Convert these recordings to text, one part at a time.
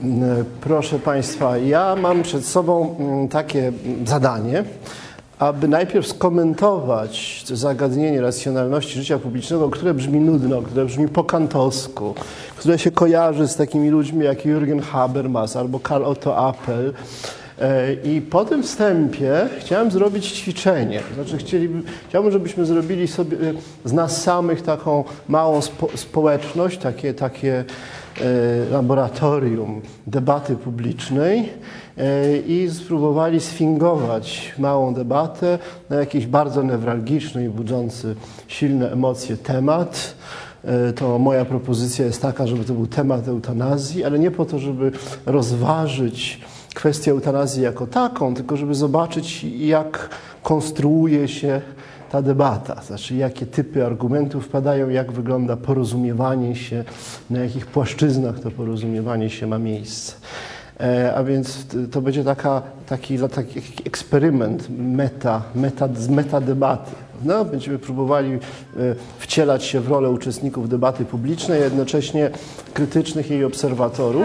Proszę Państwa, ja mam przed sobą takie zadanie, aby najpierw skomentować to zagadnienie racjonalności życia publicznego, które brzmi nudno, które brzmi po kantowsku, które się kojarzy z takimi ludźmi jak Jürgen Habermas albo Karl Otto Appel. I po tym wstępie chciałem zrobić ćwiczenie. Znaczy chciałbym, żebyśmy zrobili sobie z nas samych taką małą społeczność, takie laboratorium debaty publicznej i spróbowali sfingować małą debatę na jakiś bardzo newralgiczny i budzący silne emocje temat. To moja propozycja jest taka, żeby to był temat eutanazji, ale nie po to, żeby rozważyć kwestię eutanazji jako taką, tylko żeby zobaczyć, jak konstruuje się ta debata, znaczy jakie typy argumentów padają, jak wygląda porozumiewanie się, na jakich płaszczyznach to porozumiewanie się ma miejsce. A więc to będzie taki eksperyment metadebaty. No, będziemy próbowali wcielać się w rolę uczestników debaty publicznej, jednocześnie krytycznych jej obserwatorów.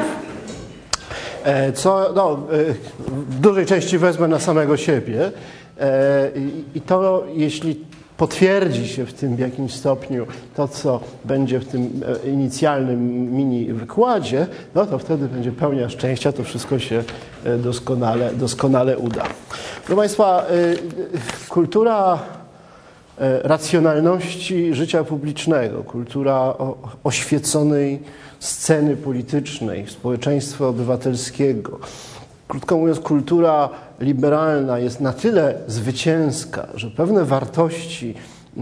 Co w dużej części wezmę na samego siebie i to, jeśli potwierdzi się w tym w jakimś stopniu to, co będzie w tym inicjalnym mini wykładzie, no to wtedy będzie pełnia szczęścia, to wszystko się doskonale uda. Proszę Państwa, kultura racjonalności życia publicznego, kultura oświeconej sceny politycznej, społeczeństwa obywatelskiego. Krótko mówiąc, kultura liberalna jest na tyle zwycięska, że pewne wartości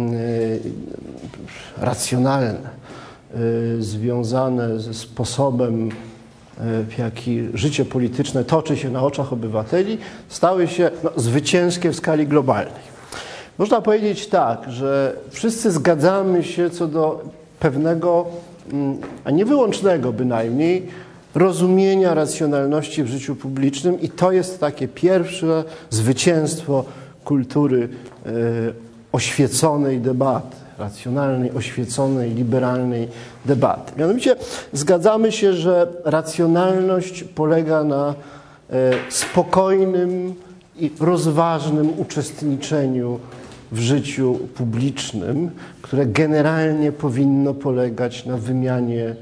racjonalne związane ze sposobem, w jaki życie polityczne toczy się na oczach obywateli, stały się zwycięskie w skali globalnej. Można powiedzieć tak, że wszyscy zgadzamy się co do pewnego, a nie wyłącznego bynajmniej, rozumienia racjonalności w życiu publicznym i to jest takie pierwsze zwycięstwo kultury oświeconej debaty, racjonalnej, oświeconej, liberalnej debaty. Mianowicie zgadzamy się, że racjonalność polega na spokojnym i rozważnym uczestniczeniu w życiu publicznym, które generalnie powinno polegać na wymianie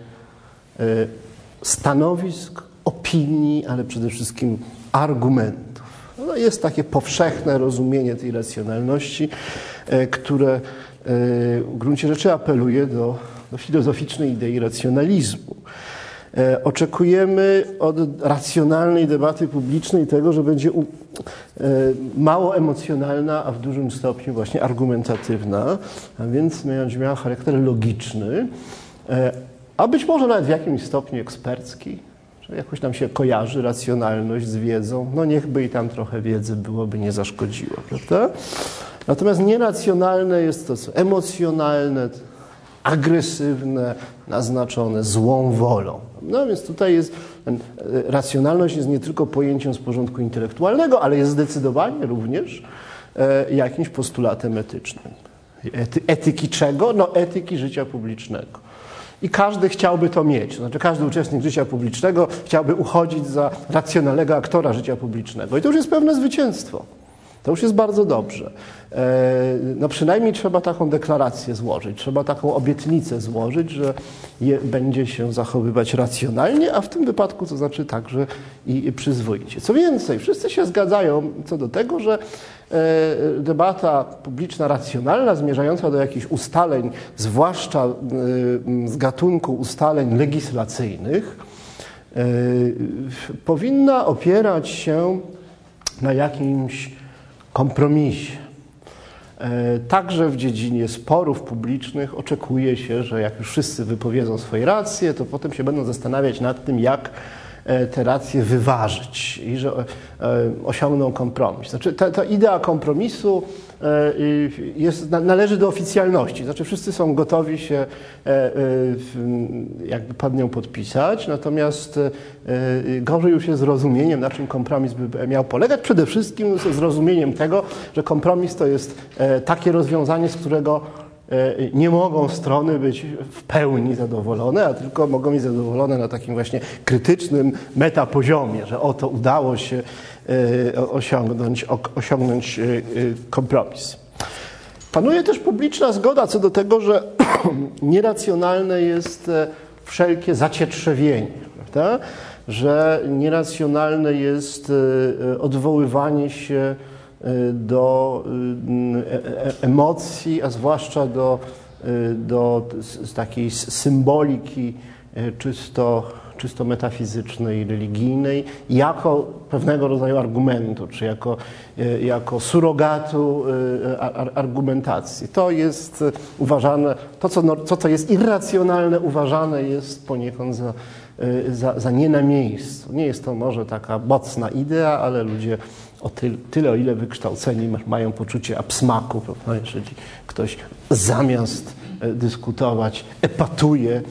stanowisk, opinii, ale przede wszystkim argumentów. No, jest takie powszechne rozumienie tej racjonalności, które w gruncie rzeczy apeluje do filozoficznej idei racjonalizmu. Oczekujemy od racjonalnej debaty publicznej tego, że będzie mało emocjonalna, a w dużym stopniu właśnie argumentatywna, a więc będzie miała charakter logiczny, a być może nawet w jakimś stopniu ekspercki, że jakoś nam się kojarzy racjonalność z wiedzą. No niechby i tam trochę wiedzy byłoby, nie zaszkodziło, prawda? Natomiast nieracjonalne jest to, co emocjonalne, agresywne, naznaczone złą wolą. No więc tutaj jest, racjonalność jest nie tylko pojęciem z porządku intelektualnego, ale jest zdecydowanie również jakimś postulatem etycznym. Etyki czego? No etyki życia publicznego. I każdy chciałby to mieć. Znaczy każdy uczestnik życia publicznego chciałby uchodzić za racjonalnego aktora życia publicznego. I to już jest pewne zwycięstwo. To już jest bardzo dobrze. No przynajmniej trzeba taką deklarację złożyć, trzeba taką obietnicę złożyć, że będzie się zachowywać racjonalnie, a w tym wypadku to znaczy także i przyzwoicie. Co więcej, wszyscy się zgadzają co do tego, że debata publiczna racjonalna, zmierzająca do jakichś ustaleń, zwłaszcza z gatunku ustaleń legislacyjnych, powinna opierać się na jakimś kompromisie. Także w dziedzinie sporów publicznych oczekuje się, że jak już wszyscy wypowiedzą swoje racje, to potem się będą zastanawiać nad tym, jak te racje wyważyć i że osiągną kompromis. Znaczy ta idea kompromisu należy do oficjalności. Znaczy wszyscy są gotowi się jakby pod nią podpisać, natomiast gorzej już jest z rozumieniem, na czym kompromis by miał polegać. Przede wszystkim z rozumieniem tego, że kompromis to jest takie rozwiązanie, z którego nie mogą strony być w pełni zadowolone, a tylko mogą być zadowolone na takim właśnie krytycznym metapoziomie, że oto udało się osiągnąć kompromis. Panuje też publiczna zgoda co do tego, że nieracjonalne jest wszelkie zacietrzewienie, prawda? Że nieracjonalne jest odwoływanie się do emocji, a zwłaszcza do takiej symboliki czysto metafizycznej, religijnej, jako pewnego rodzaju argumentu, czy jako surogatu argumentacji. To jest uważane, to co jest irracjonalne, uważane jest poniekąd za nie na miejscu. Nie jest to może taka mocna idea, ale ludzie tyle, o ile wykształceni mają poczucie absmaku, prawda? Jeżeli ktoś zamiast dyskutować epatuje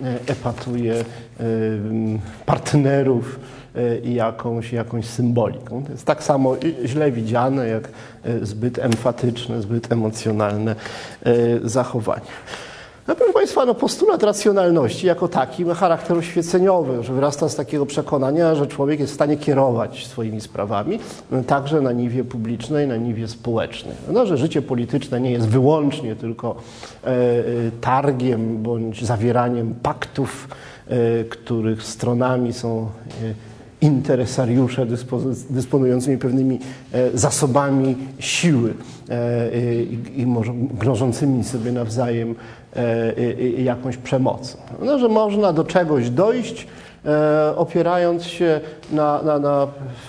partnerów jakąś symboliką. To jest tak samo źle widziane, jak zbyt emfatyczne, zbyt emocjonalne zachowanie. No, proszę Państwa, postulat racjonalności jako taki ma charakter oświeceniowy, że wyrasta z takiego przekonania, że człowiek jest w stanie kierować swoimi sprawami, także na niwie publicznej, na niwie społecznej. No, że życie polityczne nie jest wyłącznie tylko targiem bądź zawieraniem paktów, których stronami są interesariusze dysponującymi pewnymi zasobami siły i może grożącymi sobie nawzajem jakąś przemocą. No, że można do czegoś dojść, opierając się na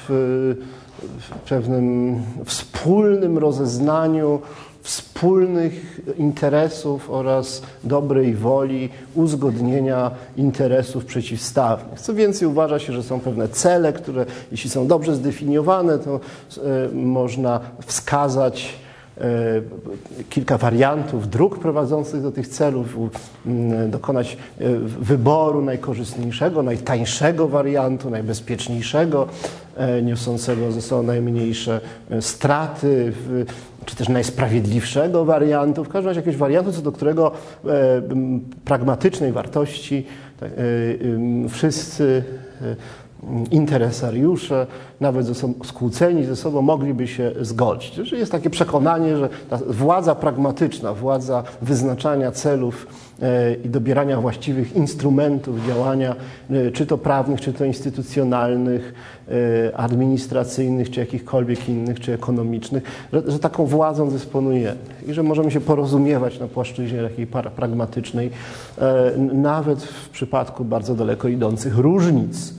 pewnym wspólnym rozeznaniu wspólnych interesów oraz dobrej woli uzgodnienia interesów przeciwstawnych. Co więcej, uważa się, że są pewne cele, które jeśli są dobrze zdefiniowane, to można wskazać kilka wariantów dróg prowadzących do tych celów, dokonać wyboru najkorzystniejszego, najtańszego wariantu, najbezpieczniejszego, niosącego ze sobą najmniejsze straty, czy też najsprawiedliwszego wariantu, w każdym razie jakiegoś wariantu, co do którego pragmatycznej wartości wszyscy interesariusze, nawet skłóceni ze sobą, mogliby się zgodzić. Czyli jest takie przekonanie, że ta władza pragmatyczna, władza wyznaczania celów i dobierania właściwych instrumentów działania, czy to prawnych, czy to instytucjonalnych, administracyjnych, czy jakichkolwiek innych, czy ekonomicznych, że taką władzą dysponujemy i że możemy się porozumiewać na płaszczyźnie takiej pragmatycznej, nawet w przypadku bardzo daleko idących różnic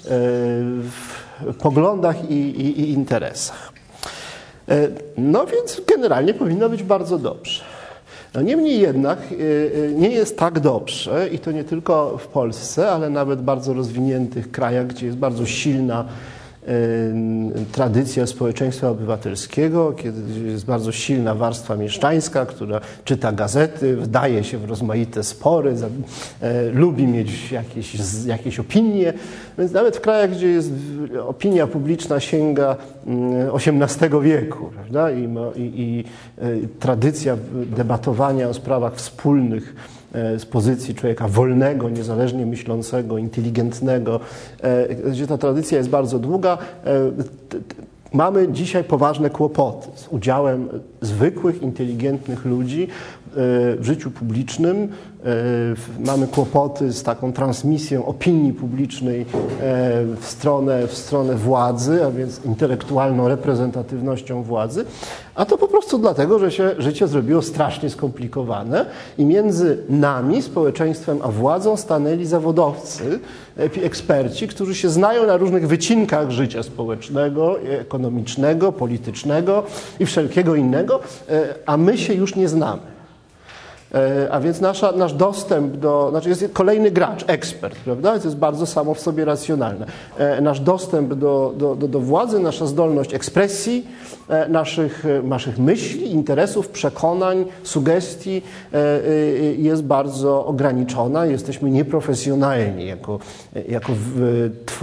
w poglądach i interesach. No więc generalnie powinno być bardzo dobrze. No niemniej jednak nie jest tak dobrze i to nie tylko w Polsce, ale nawet w bardzo rozwiniętych krajach, gdzie jest bardzo silna tradycja społeczeństwa obywatelskiego, kiedy jest bardzo silna warstwa mieszczańska, która czyta gazety, wdaje się w rozmaite spory, lubi mieć jakieś opinie. Więc nawet w krajach, gdzie jest opinia publiczna sięga XVIII wieku, prawda? I tradycja debatowania o sprawach wspólnych z pozycji człowieka wolnego, niezależnie myślącego, inteligentnego, gdzie ta tradycja jest bardzo długa, mamy dzisiaj poważne kłopoty z udziałem zwykłych, inteligentnych ludzi w życiu publicznym. Mamy kłopoty z taką transmisją opinii publicznej w stronę władzy, a więc intelektualną reprezentatywnością władzy, a to po prostu dlatego, że się życie zrobiło strasznie skomplikowane i między nami, społeczeństwem, a władzą stanęli zawodowcy, eksperci, którzy się znają na różnych wycinkach życia społecznego, ekonomicznego, politycznego i wszelkiego innego, a my się już nie znamy. A więc nasz dostęp znaczy jest kolejny gracz, ekspert, prawda? To jest bardzo samo w sobie racjonalne. Nasz dostęp do władzy, nasza zdolność ekspresji, naszych myśli, interesów, przekonań, sugestii jest bardzo ograniczona. Jesteśmy nieprofesjonalni jako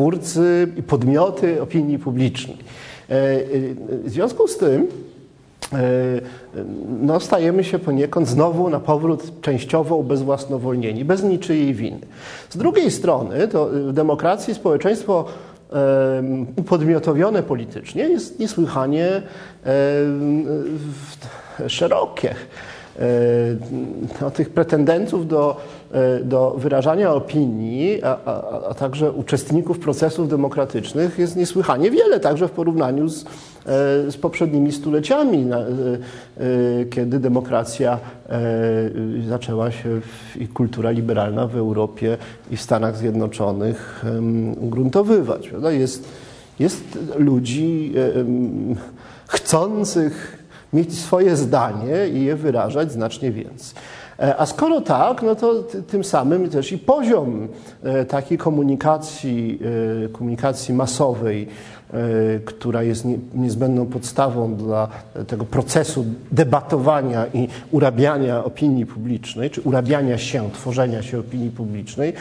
twórcy i podmioty opinii publicznej. W związku z tym no, stajemy się poniekąd znowu na powrót częściowo ubezwłasnowolnieni, bez niczyjej winy. Z drugiej strony, to w demokracji społeczeństwo upodmiotowione politycznie jest niesłychanie szerokie. Tych pretendentów do wyrażania opinii, a także uczestników procesów demokratycznych jest niesłychanie wiele, także w porównaniu z poprzednimi stuleciami, kiedy demokracja zaczęła się i kultura liberalna w Europie i w Stanach Zjednoczonych ugruntowywać. Jest ludzi chcących mieć swoje zdanie i je wyrażać znacznie więcej. A skoro tak, no to tym samym też i poziom takiej komunikacji masowej, która jest niezbędną podstawą dla tego procesu debatowania i urabiania opinii publicznej, czy urabiania się, tworzenia się opinii publicznej,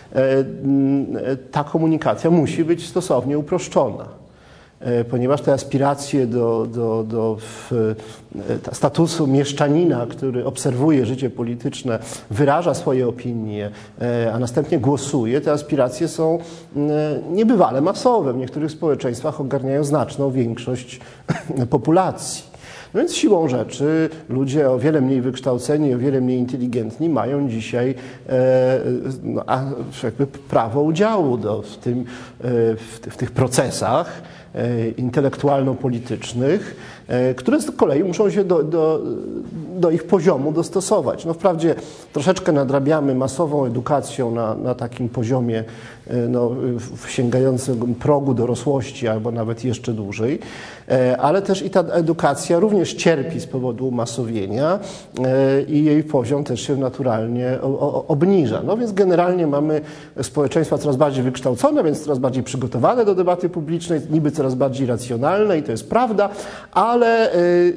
ta komunikacja musi być stosownie uproszczona. Ponieważ te aspiracje do statusu mieszczanina, który obserwuje życie polityczne, wyraża swoje opinie, a następnie głosuje, te aspiracje są niebywale masowe. W niektórych społeczeństwach ogarniają znaczną większość populacji. No więc siłą rzeczy ludzie o wiele mniej wykształceni, o wiele mniej inteligentni mają dzisiaj jakby prawo udziału w tych procesach intelektualno-politycznych, które z kolei muszą się do ich poziomu dostosować. No wprawdzie troszeczkę nadrabiamy masową edukacją na takim poziomie sięgającym progu dorosłości albo nawet jeszcze dłużej, ale też i ta edukacja również cierpi z powodu umasowienia i jej poziom też się naturalnie obniża. No więc generalnie mamy społeczeństwa coraz bardziej wykształcone, więc coraz bardziej przygotowane do debaty publicznej, niby coraz bardziej racjonalne i to jest prawda, ale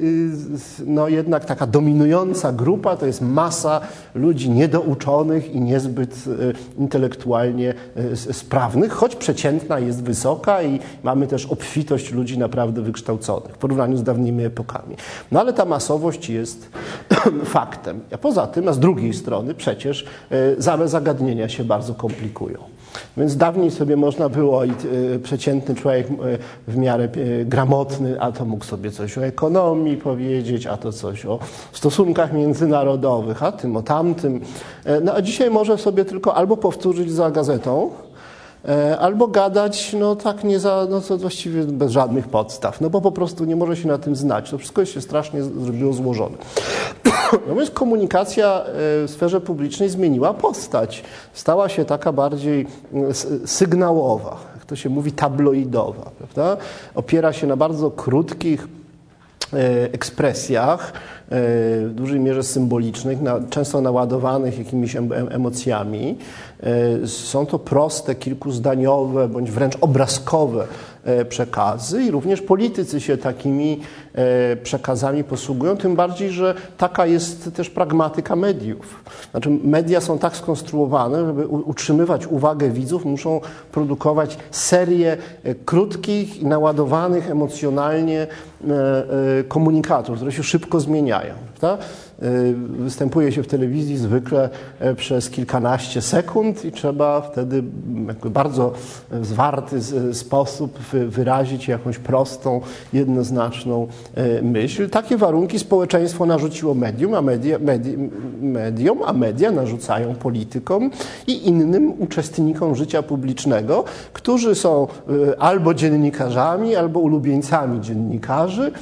no jednak taka dominująca grupa to jest masa ludzi niedouczonych i niezbyt intelektualnie sprawnych, choć przeciętna jest wysoka i mamy też obfitość ludzi naprawdę wykształconych w porównaniu z dawnymi epokami. No ale ta masowość jest faktem. A poza tym, a z drugiej strony przecież same zagadnienia się bardzo komplikują. Więc dawniej sobie można było, i przeciętny człowiek w miarę gramotny, a to mógł sobie coś o ekonomii powiedzieć, a to coś o stosunkach międzynarodowych, a tym o tamtym. No a dzisiaj może sobie tylko albo powtórzyć za gazetą, albo gadać, co właściwie bez żadnych podstaw, no bo po prostu nie może się na tym znać. To wszystko się strasznie zrobiło złożone. Natomiast komunikacja w sferze publicznej zmieniła postać. Stała się taka bardziej sygnałowa, jak to się mówi, tabloidowa, prawda? Opiera się na bardzo krótkich ekspresjach, w dużej mierze symbolicznych, często naładowanych jakimiś emocjami. Są to proste, kilkuzdaniowe bądź wręcz obrazkowe przekazy i również politycy się takimi przekazami posługują, tym bardziej, że taka jest też pragmatyka mediów. Znaczy media są tak skonstruowane, żeby utrzymywać uwagę widzów, muszą produkować serię krótkich i naładowanych emocjonalnie komunikatów, które się szybko zmieniają. Prawda? Występuje się w telewizji zwykle przez kilkanaście sekund i trzeba wtedy jakby bardzo zwarty sposób wyrazić jakąś prostą, jednoznaczną myśl. Takie warunki społeczeństwo narzuciło mediom, a media narzucają politykom i innym uczestnikom życia publicznego, którzy są albo dziennikarzami, albo ulubieńcami dziennikarzy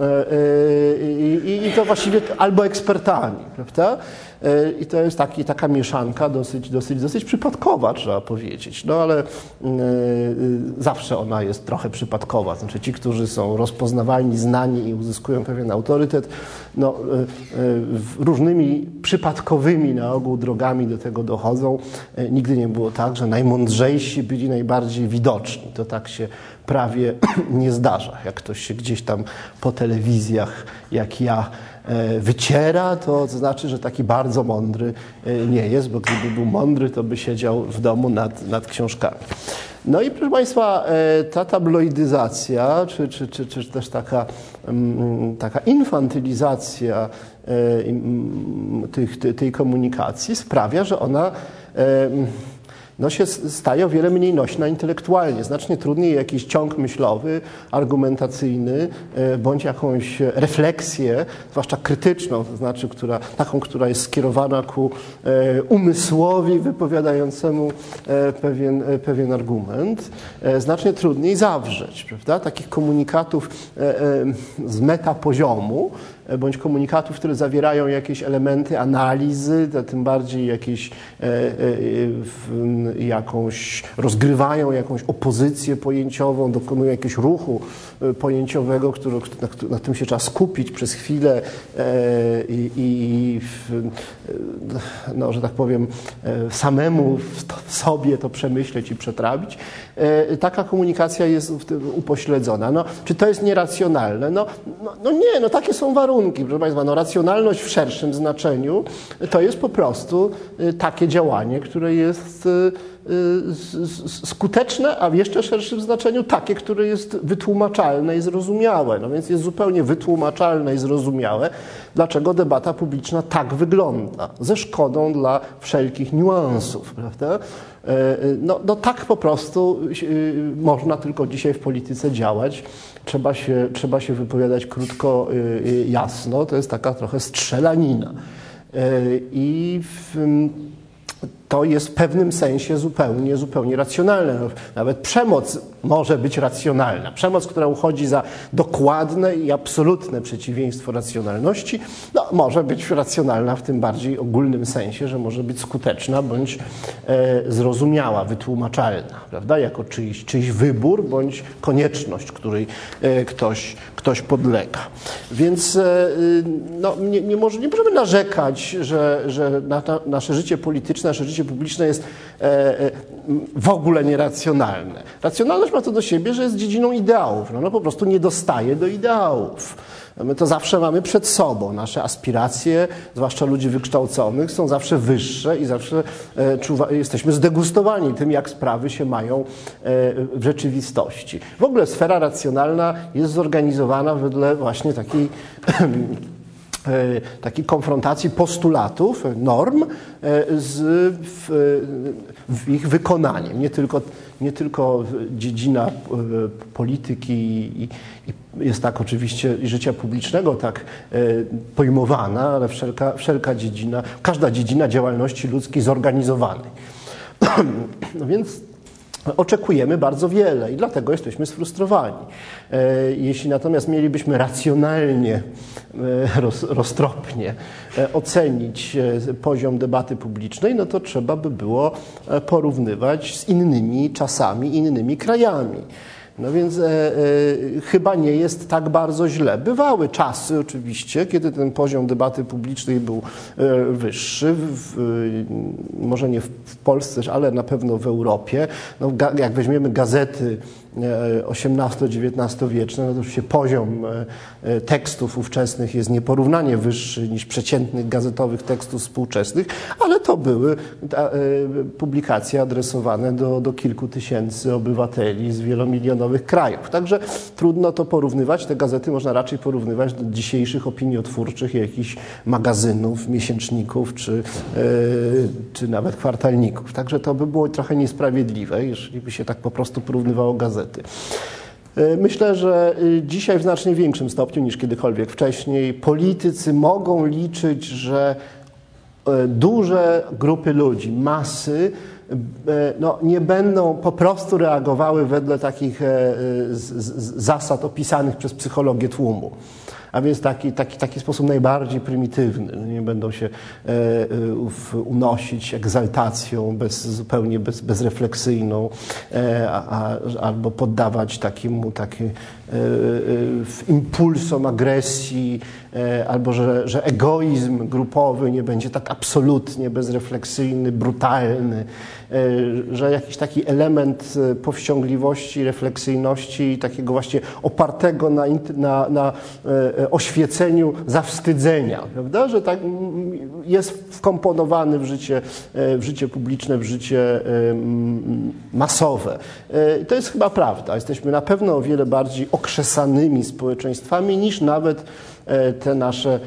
i to właściwie albo ekspertami, prawda? I to jest taka mieszanka dosyć przypadkowa, trzeba powiedzieć. No ale zawsze ona jest trochę przypadkowa. Znaczy ci, którzy są rozpoznawalni, znani i uzyskują pewien autorytet, różnymi przypadkowymi na ogół drogami do tego dochodzą. Nigdy nie było tak, że najmądrzejsi byli najbardziej widoczni. To tak się prawie nie zdarza. Jak ktoś się gdzieś tam po telewizjach, jak ja, wyciera, to znaczy, że taki bardzo mądry nie jest, bo gdyby był mądry, to by siedział w domu nad książkami. No i proszę Państwa, ta tabloidyzacja, czy też taka infantylizacja tej komunikacji sprawia, że ona się staje o wiele mniej nośna intelektualnie. Znacznie trudniej jakiś ciąg myślowy, argumentacyjny, bądź jakąś refleksję, zwłaszcza krytyczną, to znaczy która jest skierowana ku umysłowi wypowiadającemu pewien argument, znacznie trudniej zawrzeć, prawda? Takich komunikatów z metapoziomu, bądź komunikatów, które zawierają jakieś elementy analizy, tym bardziej rozgrywają jakąś opozycję pojęciową, dokonują jakiegoś ruchu pojęciowego, na którym się trzeba skupić przez chwilę że tak powiem, samemu w sobie to przemyśleć i przetrawić. Taka komunikacja jest upośledzona. Czy to jest nieracjonalne? Nie, takie są warunki, proszę Państwa. Racjonalność w szerszym znaczeniu to jest po prostu takie działanie, które jest skuteczne, a w jeszcze szerszym znaczeniu takie, które jest wytłumaczalne i zrozumiałe. Więc jest zupełnie wytłumaczalne i zrozumiałe, dlaczego debata publiczna tak wygląda, ze szkodą dla wszelkich niuansów, prawda? Tak po prostu można tylko dzisiaj w polityce działać. Trzeba się wypowiadać krótko, jasno. To jest taka trochę strzelanina. To jest w pewnym sensie zupełnie racjonalne. Nawet przemoc może być racjonalna. Przemoc, która uchodzi za dokładne i absolutne przeciwieństwo racjonalności, może być racjonalna w tym bardziej ogólnym sensie, że może być skuteczna bądź zrozumiała, wytłumaczalna, prawda? Jako czyjś wybór bądź konieczność, której ktoś podlega. Więc nie możemy narzekać, że nasze życie polityczne, nasze życie publiczne jest w ogóle nieracjonalne. Racjonalność ma to do siebie, że jest dziedziną ideałów. Ona po prostu nie dostaje do ideałów. My to zawsze mamy przed sobą. Nasze aspiracje, zwłaszcza ludzi wykształconych, są zawsze wyższe i zawsze jesteśmy zdegustowani tym, jak sprawy się mają w rzeczywistości. W ogóle sfera racjonalna jest zorganizowana wedle właśnie takiej konfrontacji postulatów, norm w ich wykonaniem. Nie tylko dziedzina polityki jest tak oczywiście i życia publicznego tak pojmowana, ale każda dziedzina działalności ludzkiej zorganizowanej. Więc oczekujemy bardzo wiele i dlatego jesteśmy sfrustrowani. Jeśli natomiast mielibyśmy racjonalnie, roztropnie ocenić poziom debaty publicznej, to trzeba by było porównywać z innymi czasami, innymi krajami. Więc chyba nie jest tak bardzo źle. Bywały czasy oczywiście, kiedy ten poziom debaty publicznej był wyższy, może nie w Polsce, ale na pewno w Europie. Jak weźmiemy gazety XVIII-XIX wieczne, to oczywiście poziom tekstów ówczesnych jest nieporównanie wyższy niż przeciętnych gazetowych tekstów współczesnych, ale to były publikacje adresowane do kilku tysięcy obywateli z wielomilionowych krajów. Także trudno to porównywać. Te gazety można raczej porównywać do dzisiejszych opiniotwórczych jakichś magazynów, miesięczników czy nawet kwartalników. Także to by było trochę niesprawiedliwe, jeżeli by się tak po prostu porównywało gazety. Myślę, że dzisiaj w znacznie większym stopniu niż kiedykolwiek wcześniej politycy mogą liczyć, że duże grupy ludzi, masy nie będą po prostu reagowały wedle takich zasad opisanych przez psychologię tłumu. A więc taki sposób najbardziej prymitywny. Nie będą się unosić egzaltacją zupełnie bezrefleksyjną albo poddawać takim impulsom agresji, albo że egoizm grupowy nie będzie tak absolutnie bezrefleksyjny, brutalny, że jakiś taki element powściągliwości, refleksyjności i takiego właśnie opartego na oświeceniu zawstydzenia, prawda? Że tak jest wkomponowany w życie publiczne, w życie masowe. To jest chyba prawda. Jesteśmy na pewno o wiele bardziej okrzesanymi społeczeństwami niż nawet te nasze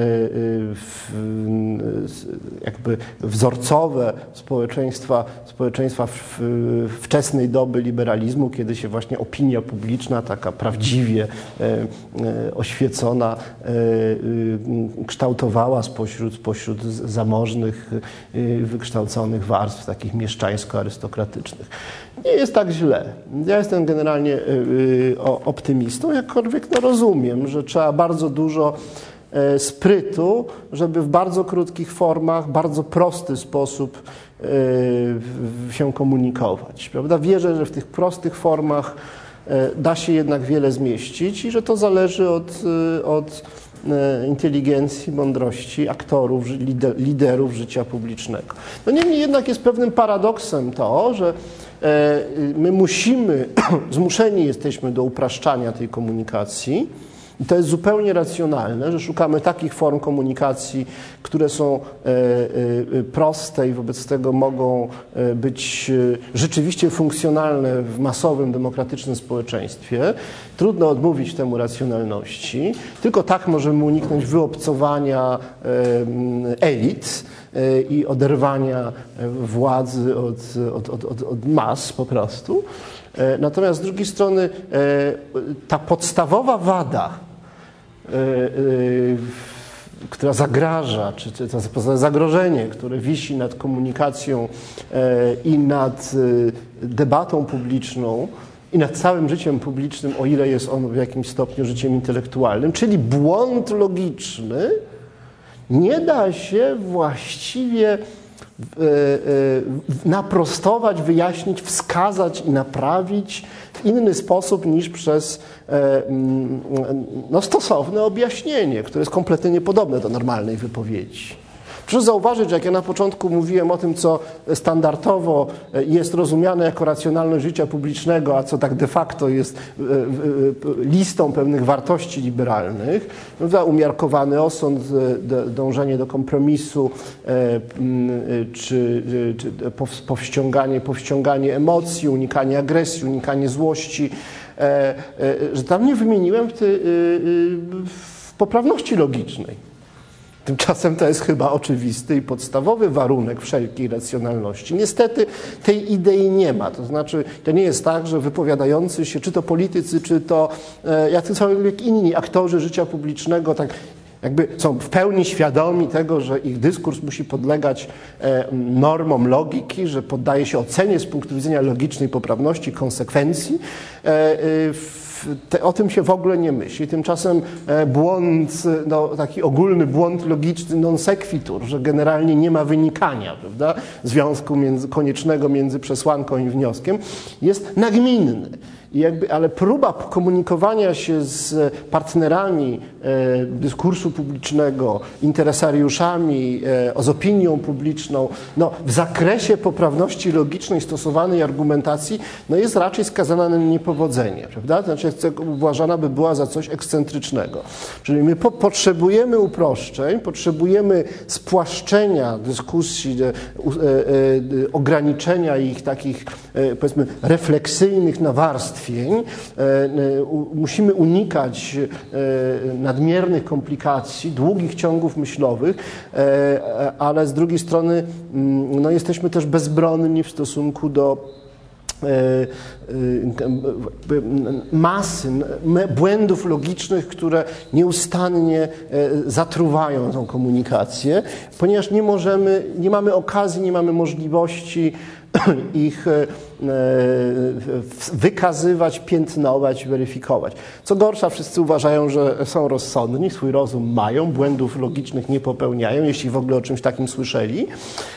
jakby wzorcowe społeczeństwa wczesnej doby liberalizmu, kiedy się właśnie opinia publiczna, taka prawdziwie oświecona, kształtowała spośród zamożnych, wykształconych warstw, takich mieszczańsko-arystokratycznych. Nie jest tak źle. Ja jestem generalnie optymistą, jakkolwiek rozumiem, że trzeba bardzo dużo sprytu, żeby w bardzo krótkich formach, bardzo prosty sposób się komunikować. Prawda? Wierzę, że w tych prostych formach da się jednak wiele zmieścić i że to zależy od inteligencji, mądrości aktorów, liderów życia publicznego. No niemniej jednak jest pewnym paradoksem to, że my zmuszeni jesteśmy do upraszczania tej komunikacji. I to jest zupełnie racjonalne, że szukamy takich form komunikacji, które są proste i wobec tego mogą być rzeczywiście funkcjonalne w masowym, demokratycznym społeczeństwie. Trudno odmówić temu racjonalności. Tylko tak możemy uniknąć wyobcowania elit i oderwania władzy od mas po prostu. Natomiast z drugiej strony ta podstawowa wada, która zagraża, czy to zagrożenie, które wisi nad komunikacją i nad debatą publiczną i nad całym życiem publicznym, o ile jest ono w jakimś stopniu życiem intelektualnym, czyli błąd logiczny, nie da się właściwie naprostować, wyjaśnić, wskazać i naprawić w inny sposób niż przez stosowne objaśnienie, które jest kompletnie niepodobne do normalnej wypowiedzi. Proszę zauważyć, że jak ja na początku mówiłem o tym, co standardowo jest rozumiane jako racjonalność życia publicznego, a co tak de facto jest listą pewnych wartości liberalnych, umiarkowany osąd, dążenie do kompromisu, czy powściąganie emocji, unikanie agresji, unikanie złości, że tam nie wymieniłem w poprawności logicznej. Tymczasem to jest chyba oczywisty i podstawowy warunek wszelkiej racjonalności. Niestety tej idei nie ma. To znaczy, to nie jest tak, że wypowiadający się, czy to politycy, czy to jacykolwiek inni aktorzy życia publicznego, tak jakby są w pełni świadomi tego, że ich dyskurs musi podlegać normom logiki, że poddaje się ocenie z punktu widzenia logicznej poprawności, konsekwencji. O tym się w ogóle nie myśli. Tymczasem błąd, taki ogólny błąd logiczny non sequitur, że generalnie nie ma wynikania, prawda, związku koniecznego między przesłanką i wnioskiem, jest nagminny. Ale próba komunikowania się z partnerami dyskursu publicznego, interesariuszami, z opinią publiczną, w zakresie poprawności logicznej stosowanej argumentacji, jest raczej skazana na niepowodzenie, prawda? Znaczy uważana by była za coś ekscentrycznego. Czyli my potrzebujemy uproszczeń, potrzebujemy spłaszczenia dyskusji, ograniczenia ich takich, powiedzmy, refleksyjnych nawarstwień. Musimy unikać nadmiernych komplikacji, długich ciągów myślowych, ale z drugiej strony jesteśmy też bezbronni w stosunku do masy błędów logicznych, które nieustannie zatruwają tą komunikację, ponieważ nie mamy okazji, nie mamy możliwości ich wykazywać, piętnować, weryfikować. Co gorsza, wszyscy uważają, że są rozsądni, swój rozum mają, błędów logicznych nie popełniają, jeśli w ogóle o czymś takim słyszeli.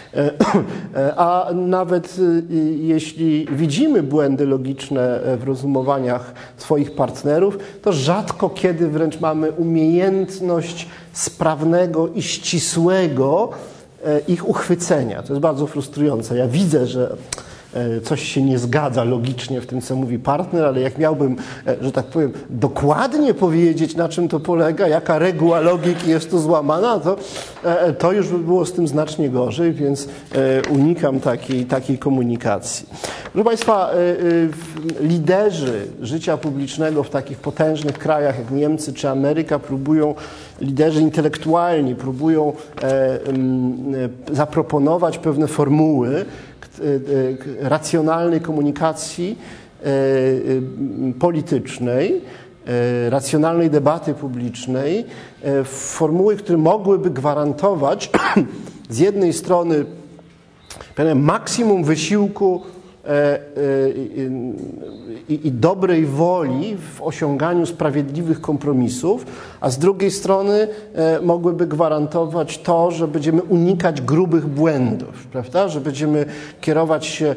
A nawet jeśli widzimy błędy logiczne w rozumowaniach swoich partnerów, to rzadko kiedy wręcz mamy umiejętność sprawnego i ścisłego ich uchwycenia. To jest bardzo frustrujące. Ja widzę, że coś się nie zgadza logicznie w tym, co mówi partner, ale jak miałbym, że tak powiem, dokładnie powiedzieć, na czym to polega, jaka reguła logiki jest tu złamana, to już by było z tym znacznie gorzej, więc unikam takiej komunikacji. Proszę Państwa, liderzy życia publicznego w takich potężnych krajach jak Niemcy czy Ameryka liderzy intelektualni próbują zaproponować pewne formuły racjonalnej komunikacji politycznej, racjonalnej debaty publicznej, formuły, które mogłyby gwarantować z jednej strony pewne maksimum wysiłku i dobrej woli w osiąganiu sprawiedliwych kompromisów, a z drugiej strony mogłyby gwarantować to, że będziemy unikać grubych błędów, prawda? Że będziemy kierować się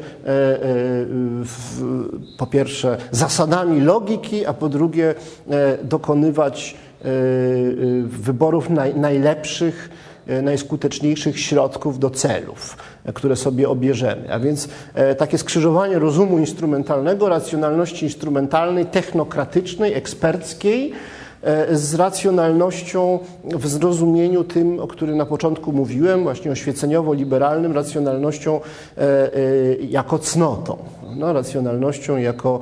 po pierwsze zasadami logiki, a po drugie dokonywać wyborów najlepszych, najskuteczniejszych środków do celów, które sobie obierzemy. A więc takie skrzyżowanie rozumu instrumentalnego, racjonalności instrumentalnej, technokratycznej, eksperckiej z racjonalnością w zrozumieniu tym, o którym na początku mówiłem, właśnie oświeceniowo-liberalnym, racjonalnością jako cnotą, no, racjonalnością jako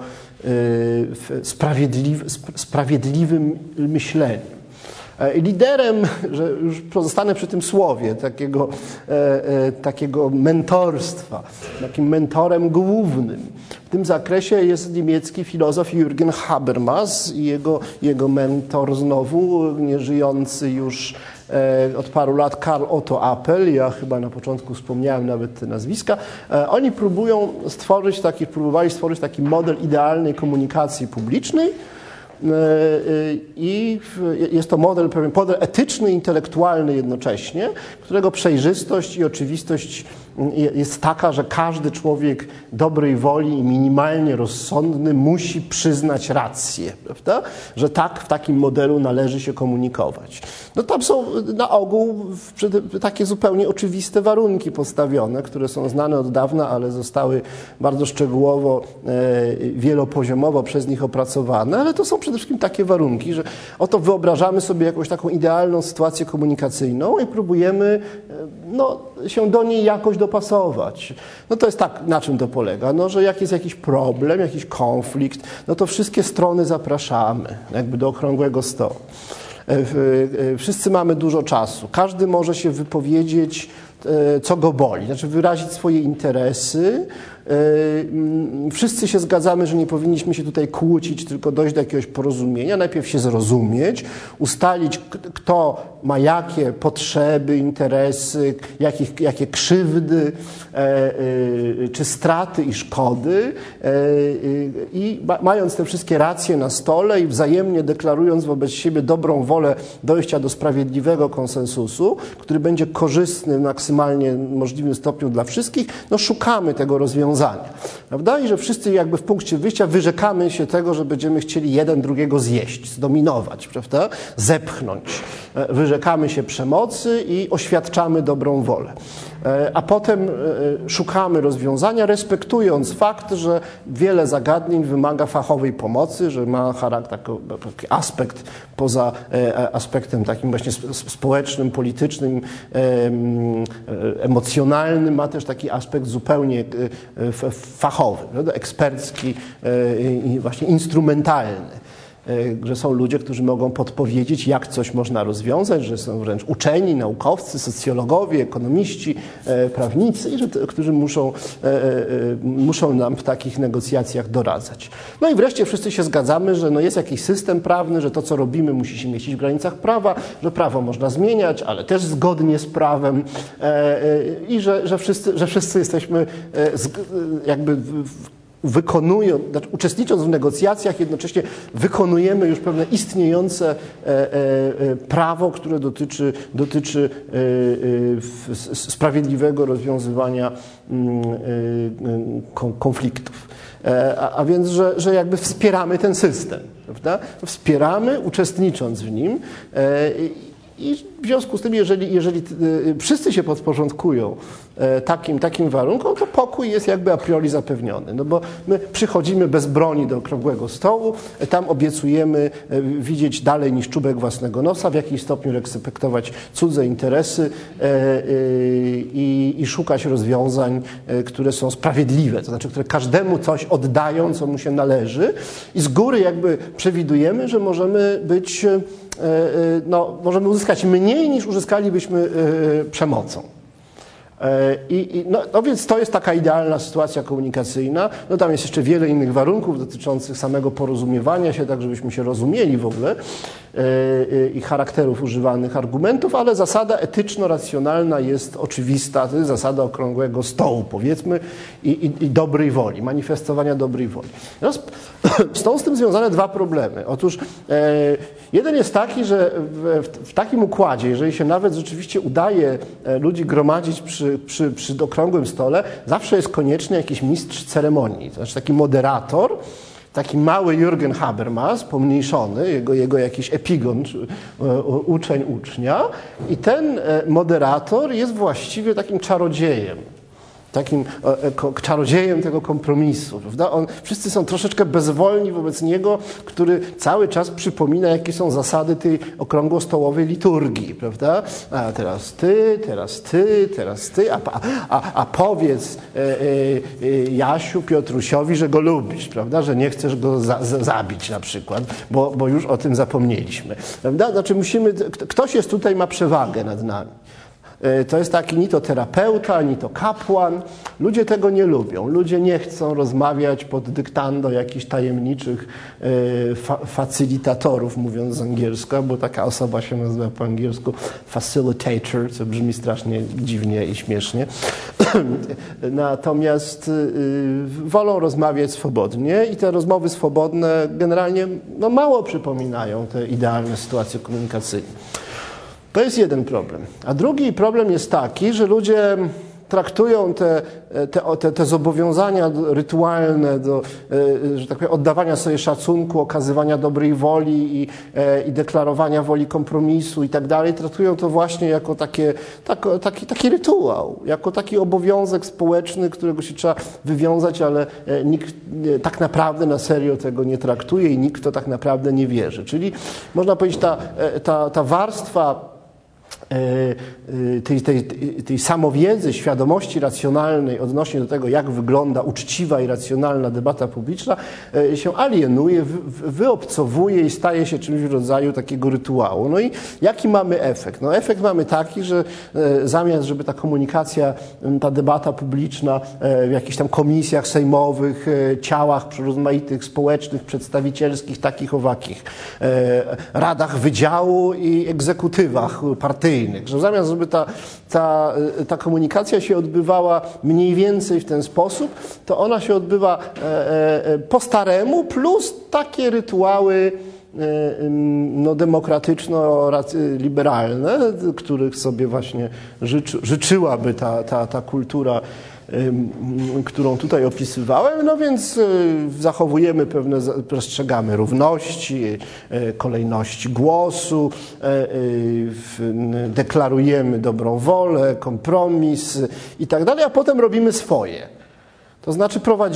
sprawiedliwym myśleniem. Liderem, że już pozostanę przy tym słowie, takiego mentorstwa, takim mentorem głównym w tym zakresie jest niemiecki filozof Jürgen Habermas i jego mentor znowu, nieżyjący już od paru lat Karl Otto Appel, ja chyba na początku wspomniałem nawet te nazwiska. Oni próbowali stworzyć taki model idealnej komunikacji publicznej. I jest to model etyczny, intelektualny jednocześnie, którego przejrzystość i oczywistość jest taka, że każdy człowiek dobrej woli i minimalnie rozsądny musi przyznać rację, prawda? Że tak, w takim modelu należy się komunikować. No tam są na ogół takie zupełnie oczywiste warunki postawione, które są znane od dawna, ale zostały bardzo szczegółowo, wielopoziomowo przez nich opracowane, ale to są przede wszystkim takie warunki, że oto wyobrażamy sobie jakąś taką idealną sytuację komunikacyjną i próbujemy się do niej jakoś dopasować. No to jest tak, na czym to polega? No, że jak jest jakiś problem, jakiś konflikt, no to wszystkie strony zapraszamy, jakby do okrągłego stołu. Wszyscy mamy dużo czasu. Każdy może się wypowiedzieć, co go boli, znaczy wyrazić swoje interesy. Wszyscy się zgadzamy, że nie powinniśmy się tutaj kłócić, tylko dojść do jakiegoś porozumienia, najpierw się zrozumieć, ustalić, kto ma jakie potrzeby, interesy, jakie krzywdy, czy straty i szkody i mając te wszystkie racje na stole i wzajemnie deklarując wobec siebie dobrą wolę dojścia do sprawiedliwego konsensusu, który będzie korzystny w maksymalnie możliwym stopniu dla wszystkich, no szukamy tego rozwiązania. Prawda? I że wszyscy jakby w punkcie wyjścia wyrzekamy się tego, że będziemy chcieli jeden drugiego zjeść, zdominować, prawda? Zepchnąć. Wyrzekamy się przemocy i oświadczamy dobrą wolę. A potem szukamy rozwiązania, respektując fakt, że wiele zagadnień wymaga fachowej pomocy, że ma charakter, taki aspekt poza aspektem takim właśnie społecznym, politycznym, emocjonalnym, ma też taki aspekt zupełnie fachowy, prawda? Ekspercki i właśnie instrumentalny. Że są ludzie, którzy mogą podpowiedzieć, jak coś można rozwiązać, że są wręcz uczeni, naukowcy, socjologowie, ekonomiści, prawnicy, i którzy muszą nam w takich negocjacjach doradzać. No i wreszcie wszyscy się zgadzamy, że jest jakiś system prawny, że to, co robimy, musi się mieścić w granicach prawa, że prawo można zmieniać, ale też zgodnie z prawem i że wszyscy jesteśmy jakby uczestnicząc w negocjacjach, jednocześnie wykonujemy już pewne istniejące prawo, które dotyczy sprawiedliwego rozwiązywania konfliktów. A więc, że jakby wspieramy ten system, prawda? Wspieramy, uczestnicząc w nim I w związku z tym, jeżeli wszyscy się podporządkują takim warunkom, to pokój jest jakby a priori zapewniony. No bo my przychodzimy bez broni do okrągłego stołu, tam obiecujemy widzieć dalej niż czubek własnego nosa, w jakimś stopniu respektować cudze interesy i szukać rozwiązań, które są sprawiedliwe, to znaczy, które każdemu coś oddają, co mu się należy i z góry jakby przewidujemy, że możemy być, możemy uzyskać mniej niż uzyskalibyśmy przemocą. No więc to jest taka idealna sytuacja komunikacyjna. No tam jest jeszcze wiele innych warunków dotyczących samego porozumiewania się, tak żebyśmy się rozumieli w ogóle i charakterów używanych argumentów, ale zasada etyczno-racjonalna jest oczywista, to jest zasada okrągłego stołu, powiedzmy, i dobrej woli, manifestowania dobrej woli. Teraz są z tym związane dwa problemy. Otóż jeden jest taki, że w takim układzie, jeżeli się nawet rzeczywiście udaje ludzi gromadzić przy okrągłym stole, zawsze jest konieczny jakiś mistrz ceremonii, to znaczy taki moderator, taki mały Jürgen Habermas, pomniejszony, jego jakiś epigon, uczeń ucznia, i ten moderator jest właściwie takim czarodziejem. Takim czarodziejem tego kompromisu, prawda? Wszyscy są troszeczkę bezwolni wobec niego, który cały czas przypomina, jakie są zasady tej okrągłostołowej liturgii, prawda? A teraz ty, teraz ty, teraz ty, a powiedz Jasiu, Piotrusiowi, że go lubisz, prawda? Że nie chcesz go zabić na przykład, bo już o tym zapomnieliśmy, prawda? Znaczy ktoś jest tutaj, ma przewagę nad nami. To jest taki ni to terapeuta, ni to kapłan. Ludzie tego nie lubią. Ludzie nie chcą rozmawiać pod dyktando jakichś tajemniczych facylitatorów, mówiąc z angielska, bo taka osoba się nazywa po angielsku facilitator, co brzmi strasznie dziwnie i śmiesznie. Natomiast wolą rozmawiać swobodnie i te rozmowy swobodne generalnie mało przypominają te idealne sytuacje komunikacyjne. To jest jeden problem. A drugi problem jest taki, że ludzie traktują te zobowiązania rytualne do, że tak powiem, oddawania sobie szacunku, okazywania dobrej woli i deklarowania woli kompromisu i tak dalej, traktują to właśnie jako taki rytuał, jako taki obowiązek społeczny, którego się trzeba wywiązać, ale nikt tak naprawdę na serio tego nie traktuje i nikt w to tak naprawdę nie wierzy. Czyli można powiedzieć, ta warstwa tej samowiedzy, świadomości racjonalnej odnośnie do tego, jak wygląda uczciwa i racjonalna debata publiczna, się alienuje, wyobcowuje i staje się czymś w rodzaju takiego rytuału. No i jaki mamy efekt? No efekt mamy taki, że zamiast, żeby ta komunikacja, ta debata publiczna w jakichś tam komisjach sejmowych, ciałach rozmaitych, społecznych, przedstawicielskich, takich owakich, radach wydziału i egzekutywach partyjnych, że zamiast, żeby ta komunikacja się odbywała mniej więcej w ten sposób, to ona się odbywa po staremu, plus takie rytuały demokratyczno-liberalne, których sobie właśnie życzyłaby ta kultura, którą tutaj opisywałem, no więc zachowujemy przestrzegamy równości, kolejności głosu, deklarujemy dobrą wolę, kompromis i tak dalej, a potem robimy swoje. To znaczy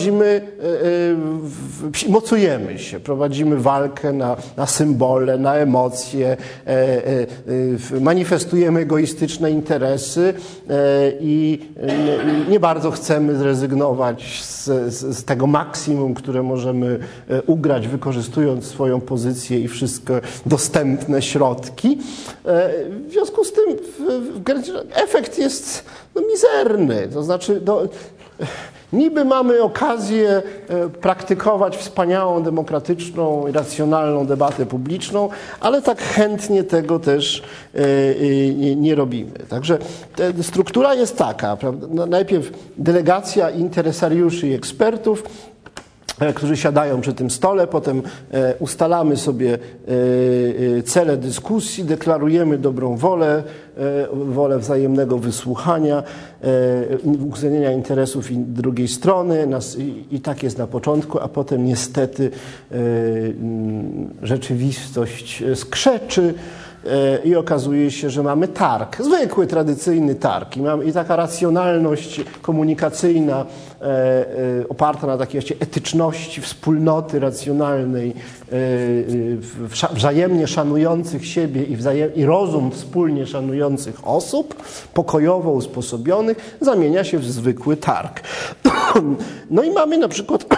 mocujemy się, prowadzimy walkę na symbole, na emocje, manifestujemy egoistyczne interesy i nie bardzo chcemy zrezygnować z tego maksimum, które możemy ugrać, wykorzystując swoją pozycję i wszystkie dostępne środki. W związku z tym efekt jest mizerny, to znaczy niby mamy okazję praktykować wspaniałą, demokratyczną i racjonalną debatę publiczną, ale tak chętnie tego też nie robimy. Także struktura jest taka, prawda? Najpierw delegacja interesariuszy i ekspertów, którzy siadają przy tym stole, potem ustalamy sobie cele dyskusji, deklarujemy dobrą wolę, wolę wzajemnego wysłuchania, uwzględnienia interesów drugiej strony i tak jest na początku, a potem niestety rzeczywistość skrzeczy i okazuje się, że mamy targ, zwykły, tradycyjny targ i taka racjonalność komunikacyjna oparta na takiej właśnie etyczności, wspólnoty racjonalnej, wzajemnie szanujących siebie i rozum wspólnie szanujących osób, pokojowo usposobionych, zamienia się w zwykły targ. No i mamy na przykład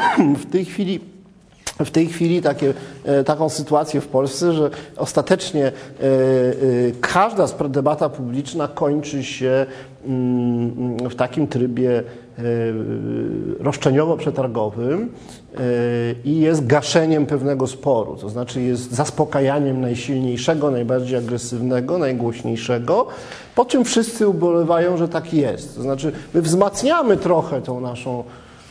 w tej chwili taką sytuację w Polsce, że ostatecznie każda debata publiczna kończy się w takim trybie roszczeniowo-przetargowym i jest gaszeniem pewnego sporu, to znaczy jest zaspokajaniem najsilniejszego, najbardziej agresywnego, najgłośniejszego, po czym wszyscy ubolewają, że tak jest. To znaczy my wzmacniamy trochę tą naszą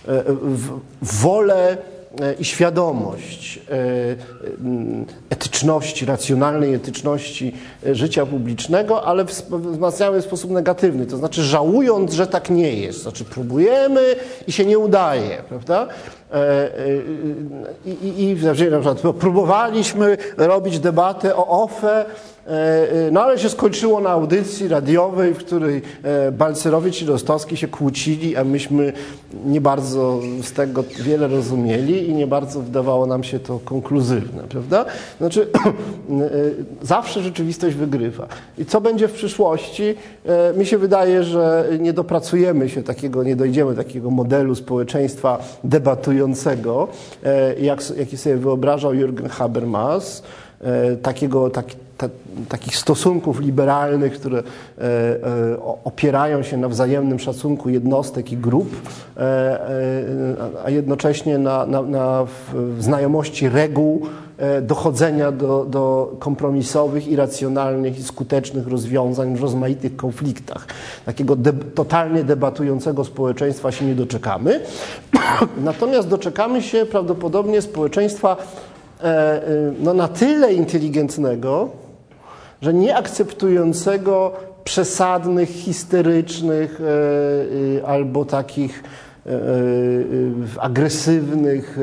wolę i świadomość etyczności, racjonalnej etyczności życia publicznego, ale wzmacniamy w sposób negatywny, to znaczy żałując, że tak nie jest. Znaczy próbujemy i się nie udaje, prawda? I na przykład próbowaliśmy robić debatę o OFE, no ale się skończyło na audycji radiowej, w której Balcerowicz i Rostowski się kłócili, a myśmy nie bardzo z tego wiele rozumieli i nie bardzo wydawało nam się to konkluzywne, prawda? Znaczy zawsze rzeczywistość wygrywa. I co będzie w przyszłości? Mi się wydaje, że nie dopracujemy się nie dojdziemy do takiego modelu społeczeństwa debatującego, jaki sobie wyobrażał Jürgen Habermas, takich stosunków liberalnych, które opierają się na wzajemnym szacunku jednostek i grup, a jednocześnie na znajomości reguł dochodzenia do kompromisowych i racjonalnych i skutecznych rozwiązań w rozmaitych konfliktach. Takiego totalnie debatującego społeczeństwa się nie doczekamy. Natomiast doczekamy się prawdopodobnie społeczeństwa na tyle inteligentnego, że nie akceptującego przesadnych, histerycznych albo takich agresywnych,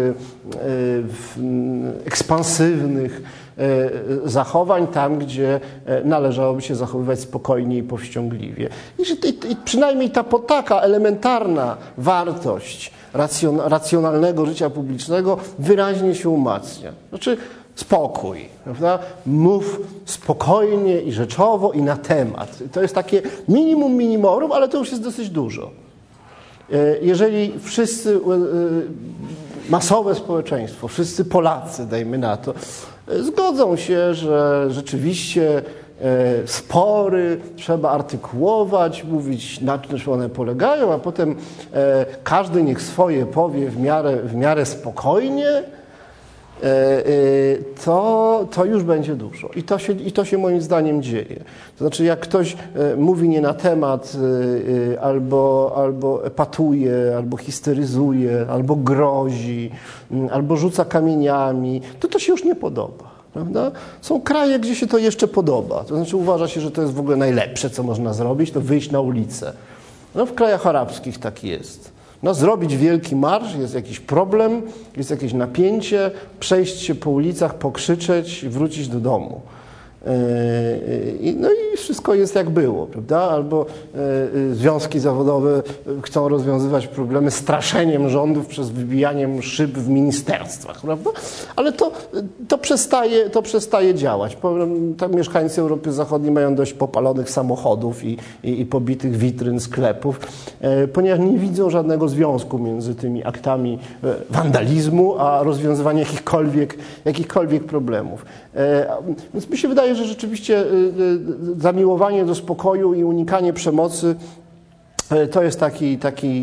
ekspansywnych zachowań tam, gdzie należałoby się zachowywać spokojnie i powściągliwie. I przynajmniej taka elementarna wartość racjonalnego życia publicznego wyraźnie się umacnia. Znaczy spokój, prawda? Mów spokojnie i rzeczowo i na temat. To jest takie minimum minimorum, ale to już jest dosyć dużo. Jeżeli wszyscy, masowe społeczeństwo, wszyscy Polacy, dajmy na to, zgodzą się, że rzeczywiście spory trzeba artykułować, mówić, na czym one polegają, a potem każdy niech swoje powie w miarę spokojnie, to już będzie dużo. I to się moim zdaniem dzieje. To znaczy, jak ktoś mówi nie na temat, albo epatuje, albo histeryzuje, albo grozi, albo rzuca kamieniami, to się już nie podoba. Prawda? Są kraje, gdzie się to jeszcze podoba. To znaczy uważa się, że to jest w ogóle najlepsze, co można zrobić, to wyjść na ulicę. No, w krajach arabskich tak jest. No, zrobić wielki marsz, jest jakiś problem, jest jakieś napięcie, przejść się po ulicach, pokrzyczeć i wrócić do domu. No i wszystko jest jak było, prawda? Albo związki zawodowe chcą rozwiązywać problemy straszeniem rządów przez wybijaniem szyb w ministerstwach, prawda? Ale to przestaje działać. Tam mieszkańcy Europy Zachodniej mają dość popalonych samochodów i pobitych witryn sklepów, ponieważ nie widzą żadnego związku między tymi aktami wandalizmu a rozwiązywaniem jakichkolwiek problemów. Więc mi się wydaje, że rzeczywiście zamiłowanie do spokoju i unikanie przemocy to jest taki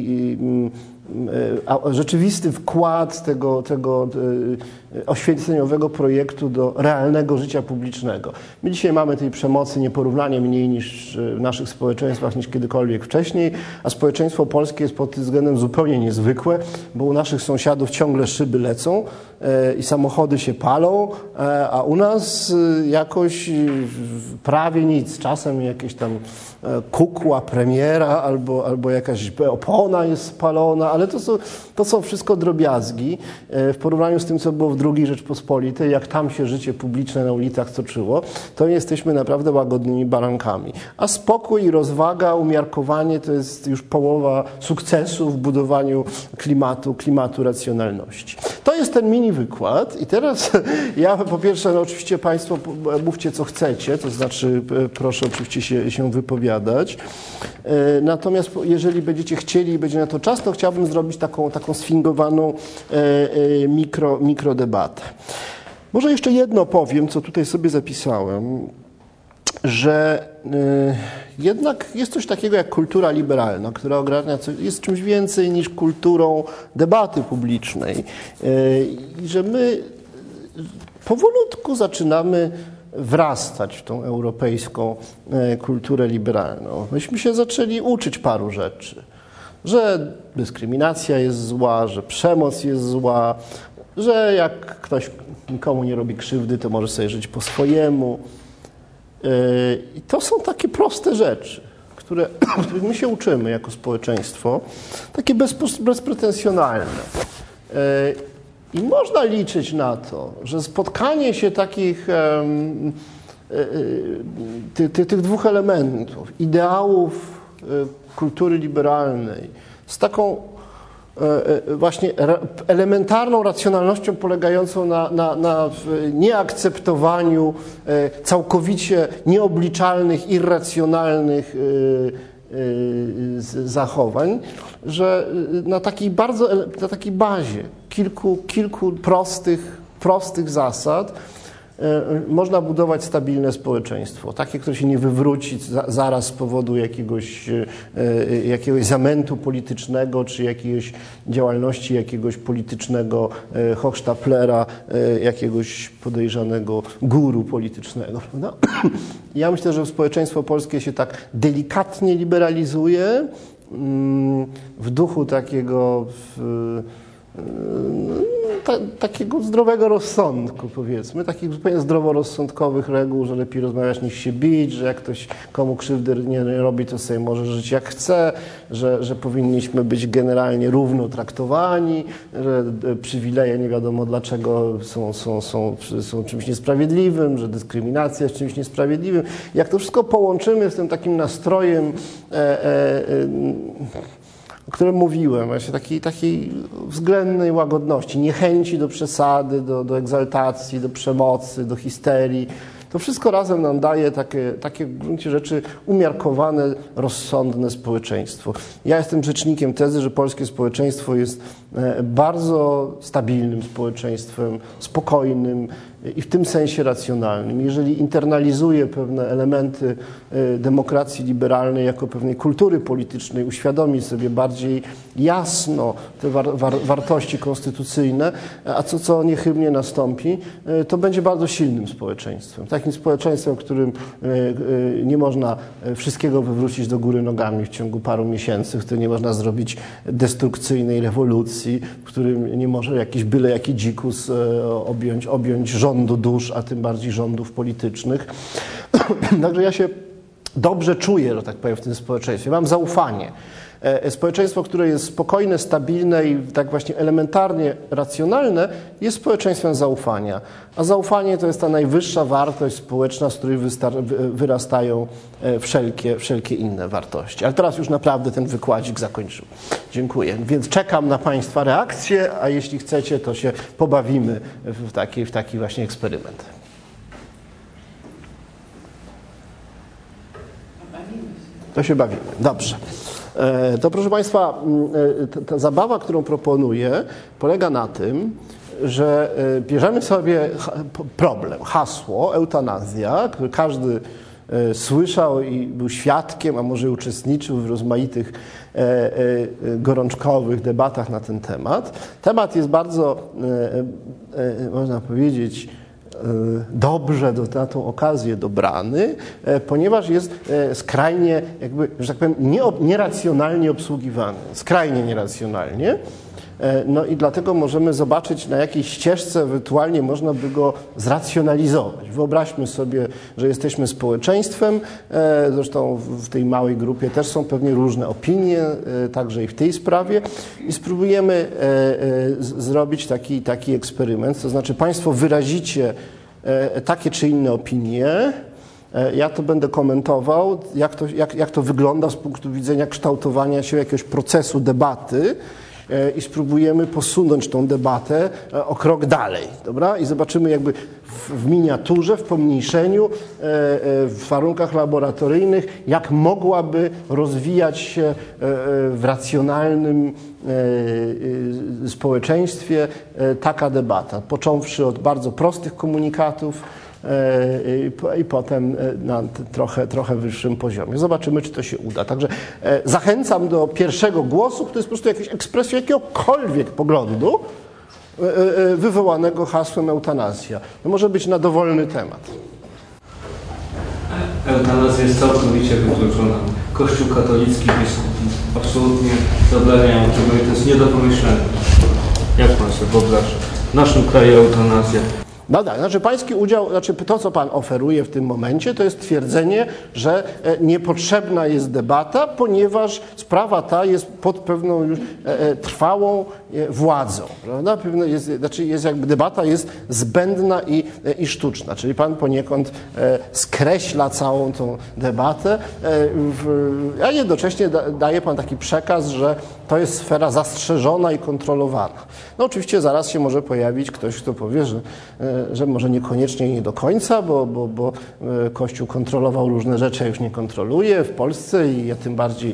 rzeczywisty wkład tego oświeceniowego projektu do realnego życia publicznego. My dzisiaj mamy tej przemocy nieporównanie mniej niż w naszych społeczeństwach niż kiedykolwiek wcześniej, a społeczeństwo polskie jest pod tym względem zupełnie niezwykłe, bo u naszych sąsiadów ciągle szyby lecą i samochody się palą, a u nas jakoś prawie nic. Czasem jakieś tam kukła premiera albo jakaś opona jest spalona, ale to są wszystko drobiazgi w porównaniu z tym, co było w II Rzeczpospolitej, jak tam się życie publiczne na ulicach toczyło, to jesteśmy naprawdę łagodnymi barankami. A spokój, rozwaga, umiarkowanie to jest już połowa sukcesu w budowaniu klimatu racjonalności. To jest ten mini wykład i teraz ja po pierwsze, no oczywiście Państwo mówcie co chcecie, to znaczy proszę oczywiście się wypowiadać. Natomiast jeżeli będziecie chcieli i będzie na to czas, to chciałbym zrobić taką sfingowaną mikrodebatę. Może jeszcze jedno powiem, co tutaj sobie zapisałem, że jednak jest coś takiego jak kultura liberalna, która ogarnia jest czymś więcej niż kulturą debaty publicznej i że my powolutku zaczynamy wrastać w tą europejską kulturę liberalną. Myśmy się zaczęli uczyć paru rzeczy, że dyskryminacja jest zła, że przemoc jest zła, że jak ktoś nikomu nie robi krzywdy, to może sobie żyć po swojemu. I to są takie proste rzeczy, których my się uczymy jako społeczeństwo, takie bezpretensjonalne. I można liczyć na to, że spotkanie się tych dwóch elementów, ideałów kultury liberalnej z taką właśnie elementarną racjonalnością polegającą na nieakceptowaniu całkowicie nieobliczalnych, irracjonalnych zachowań, że na takiej bazie kilku prostych zasad można budować stabilne społeczeństwo, takie, które się nie wywróci zaraz z powodu jakiegoś zamętu politycznego, czy jakiejś działalności jakiegoś politycznego hochsztaplera, jakiegoś podejrzanego guru politycznego. Prawda? Ja myślę, że społeczeństwo polskie się tak delikatnie liberalizuje w duchu takiego takiego zdrowego rozsądku, powiedzmy, takich zupełnie zdroworozsądkowych reguł, że lepiej rozmawiać niż się bić, że jak ktoś komu krzywdy nie robi, to sobie może żyć jak chce, że powinniśmy być generalnie równo traktowani, że przywileje nie wiadomo dlaczego są czymś niesprawiedliwym, że dyskryminacja jest czymś niesprawiedliwym. Jak to wszystko połączymy z tym takim nastrojem o którym mówiłem, właśnie takiej względnej łagodności, niechęci do przesady, do egzaltacji, do przemocy, do histerii. To wszystko razem nam daje takie w gruncie rzeczy umiarkowane, rozsądne społeczeństwo. Ja jestem rzecznikiem tezy, że polskie społeczeństwo jest bardzo stabilnym społeczeństwem, spokojnym i w tym sensie racjonalnym. Jeżeli internalizuje pewne elementy demokracji liberalnej jako pewnej kultury politycznej, uświadomi sobie bardziej jasno te wartości konstytucyjne, a co niechybnie nastąpi, to będzie bardzo silnym społeczeństwem. Takim społeczeństwem, w którym nie można wszystkiego wywrócić do góry nogami w ciągu paru miesięcy, w którym nie można zrobić destrukcyjnej rewolucji, w którym nie może byle jaki dzikus objąć rządu dusz, a tym bardziej rządów politycznych. Także ja się dobrze czuję, że tak powiem, w tym społeczeństwie. Mam zaufanie. Społeczeństwo, które jest spokojne, stabilne i tak właśnie elementarnie racjonalne, jest społeczeństwem zaufania. A zaufanie to jest ta najwyższa wartość społeczna, z której wyrastają wszelkie inne wartości. Ale teraz już naprawdę ten wykładzik zakończył. Dziękuję. Więc czekam na Państwa reakcje, a jeśli chcecie, to się pobawimy w taki właśnie eksperyment. To się bawimy. Dobrze. To proszę Państwa, ta zabawa, którą proponuję, polega na tym, że bierzemy sobie problem, hasło, eutanazja, które każdy słyszał i był świadkiem, a może uczestniczył w rozmaitych gorączkowych debatach na ten temat. Temat jest bardzo, można powiedzieć, dobrze na tą okazję dobrany, ponieważ jest skrajnie, że tak powiem, nieracjonalnie obsługiwany. Skrajnie nieracjonalnie. No i dlatego możemy zobaczyć, na jakiej ścieżce ewentualnie można by go zracjonalizować. Wyobraźmy sobie, że jesteśmy społeczeństwem, zresztą w tej małej grupie też są pewnie różne opinie, także i w tej sprawie, i spróbujemy zrobić taki eksperyment, to znaczy Państwo wyrazicie takie czy inne opinie, ja to będę komentował, jak to wygląda z punktu widzenia kształtowania się jakiegoś procesu debaty i spróbujemy posunąć tą debatę o krok dalej, dobra? I zobaczymy jakby w miniaturze, w pomniejszeniu, w warunkach laboratoryjnych, jak mogłaby rozwijać się w racjonalnym społeczeństwie taka debata, począwszy od bardzo prostych komunikatów, i potem na trochę wyższym poziomie. Zobaczymy, czy to się uda. Także zachęcam do pierwszego głosu, który jest po prostu jakąś ekspresją jakiegokolwiek poglądu wywołanego hasłem eutanazja. To może być na dowolny temat. Eutanazja jest całkowicie wykluczona. Kościół katolicki, biskupi absolutnie zabraniają tego i to jest nie do pomyślenia. Jak pan sobie wyobraża? W naszym kraju eutanazja. No tak, znaczy pański udział, znaczy to, co pan oferuje w tym momencie, to jest twierdzenie, że niepotrzebna jest debata, ponieważ sprawa ta jest pod pewną już trwałą władzą, prawda? Jest jakby debata jest zbędna i sztuczna, czyli pan poniekąd skreśla całą tą debatę, a jednocześnie daje pan taki przekaz, że to jest sfera zastrzeżona i kontrolowana. No oczywiście zaraz się może pojawić ktoś, kto powie, że może niekoniecznie i nie do końca, bo Kościół kontrolował różne rzeczy, a już nie kontroluje w Polsce i tym bardziej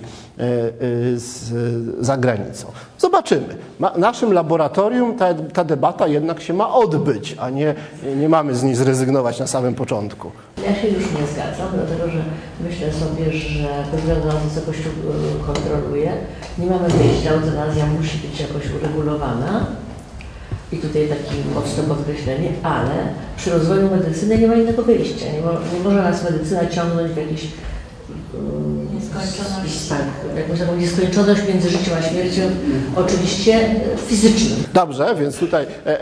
za granicą. Zobaczymy. W naszym laboratorium ta debata jednak się ma odbyć, a nie mamy z niej zrezygnować na samym początku. Ja się już nie zgadzam, dlatego że myślę sobie, że bez względu na to, co Kościół kontroluje, nie mamy wyjścia, eutanazja musi być jakoś uregulowana. I tutaj takie mocne podkreślenie, ale przy rozwoju medycyny nie ma innego wyjścia. Nie może nas medycyna ciągnąć w jakiś nieskończoność. Tak, jakąś taką nieskończoność między życiem a śmiercią, oczywiście fizycznym. Dobrze, więc tutaj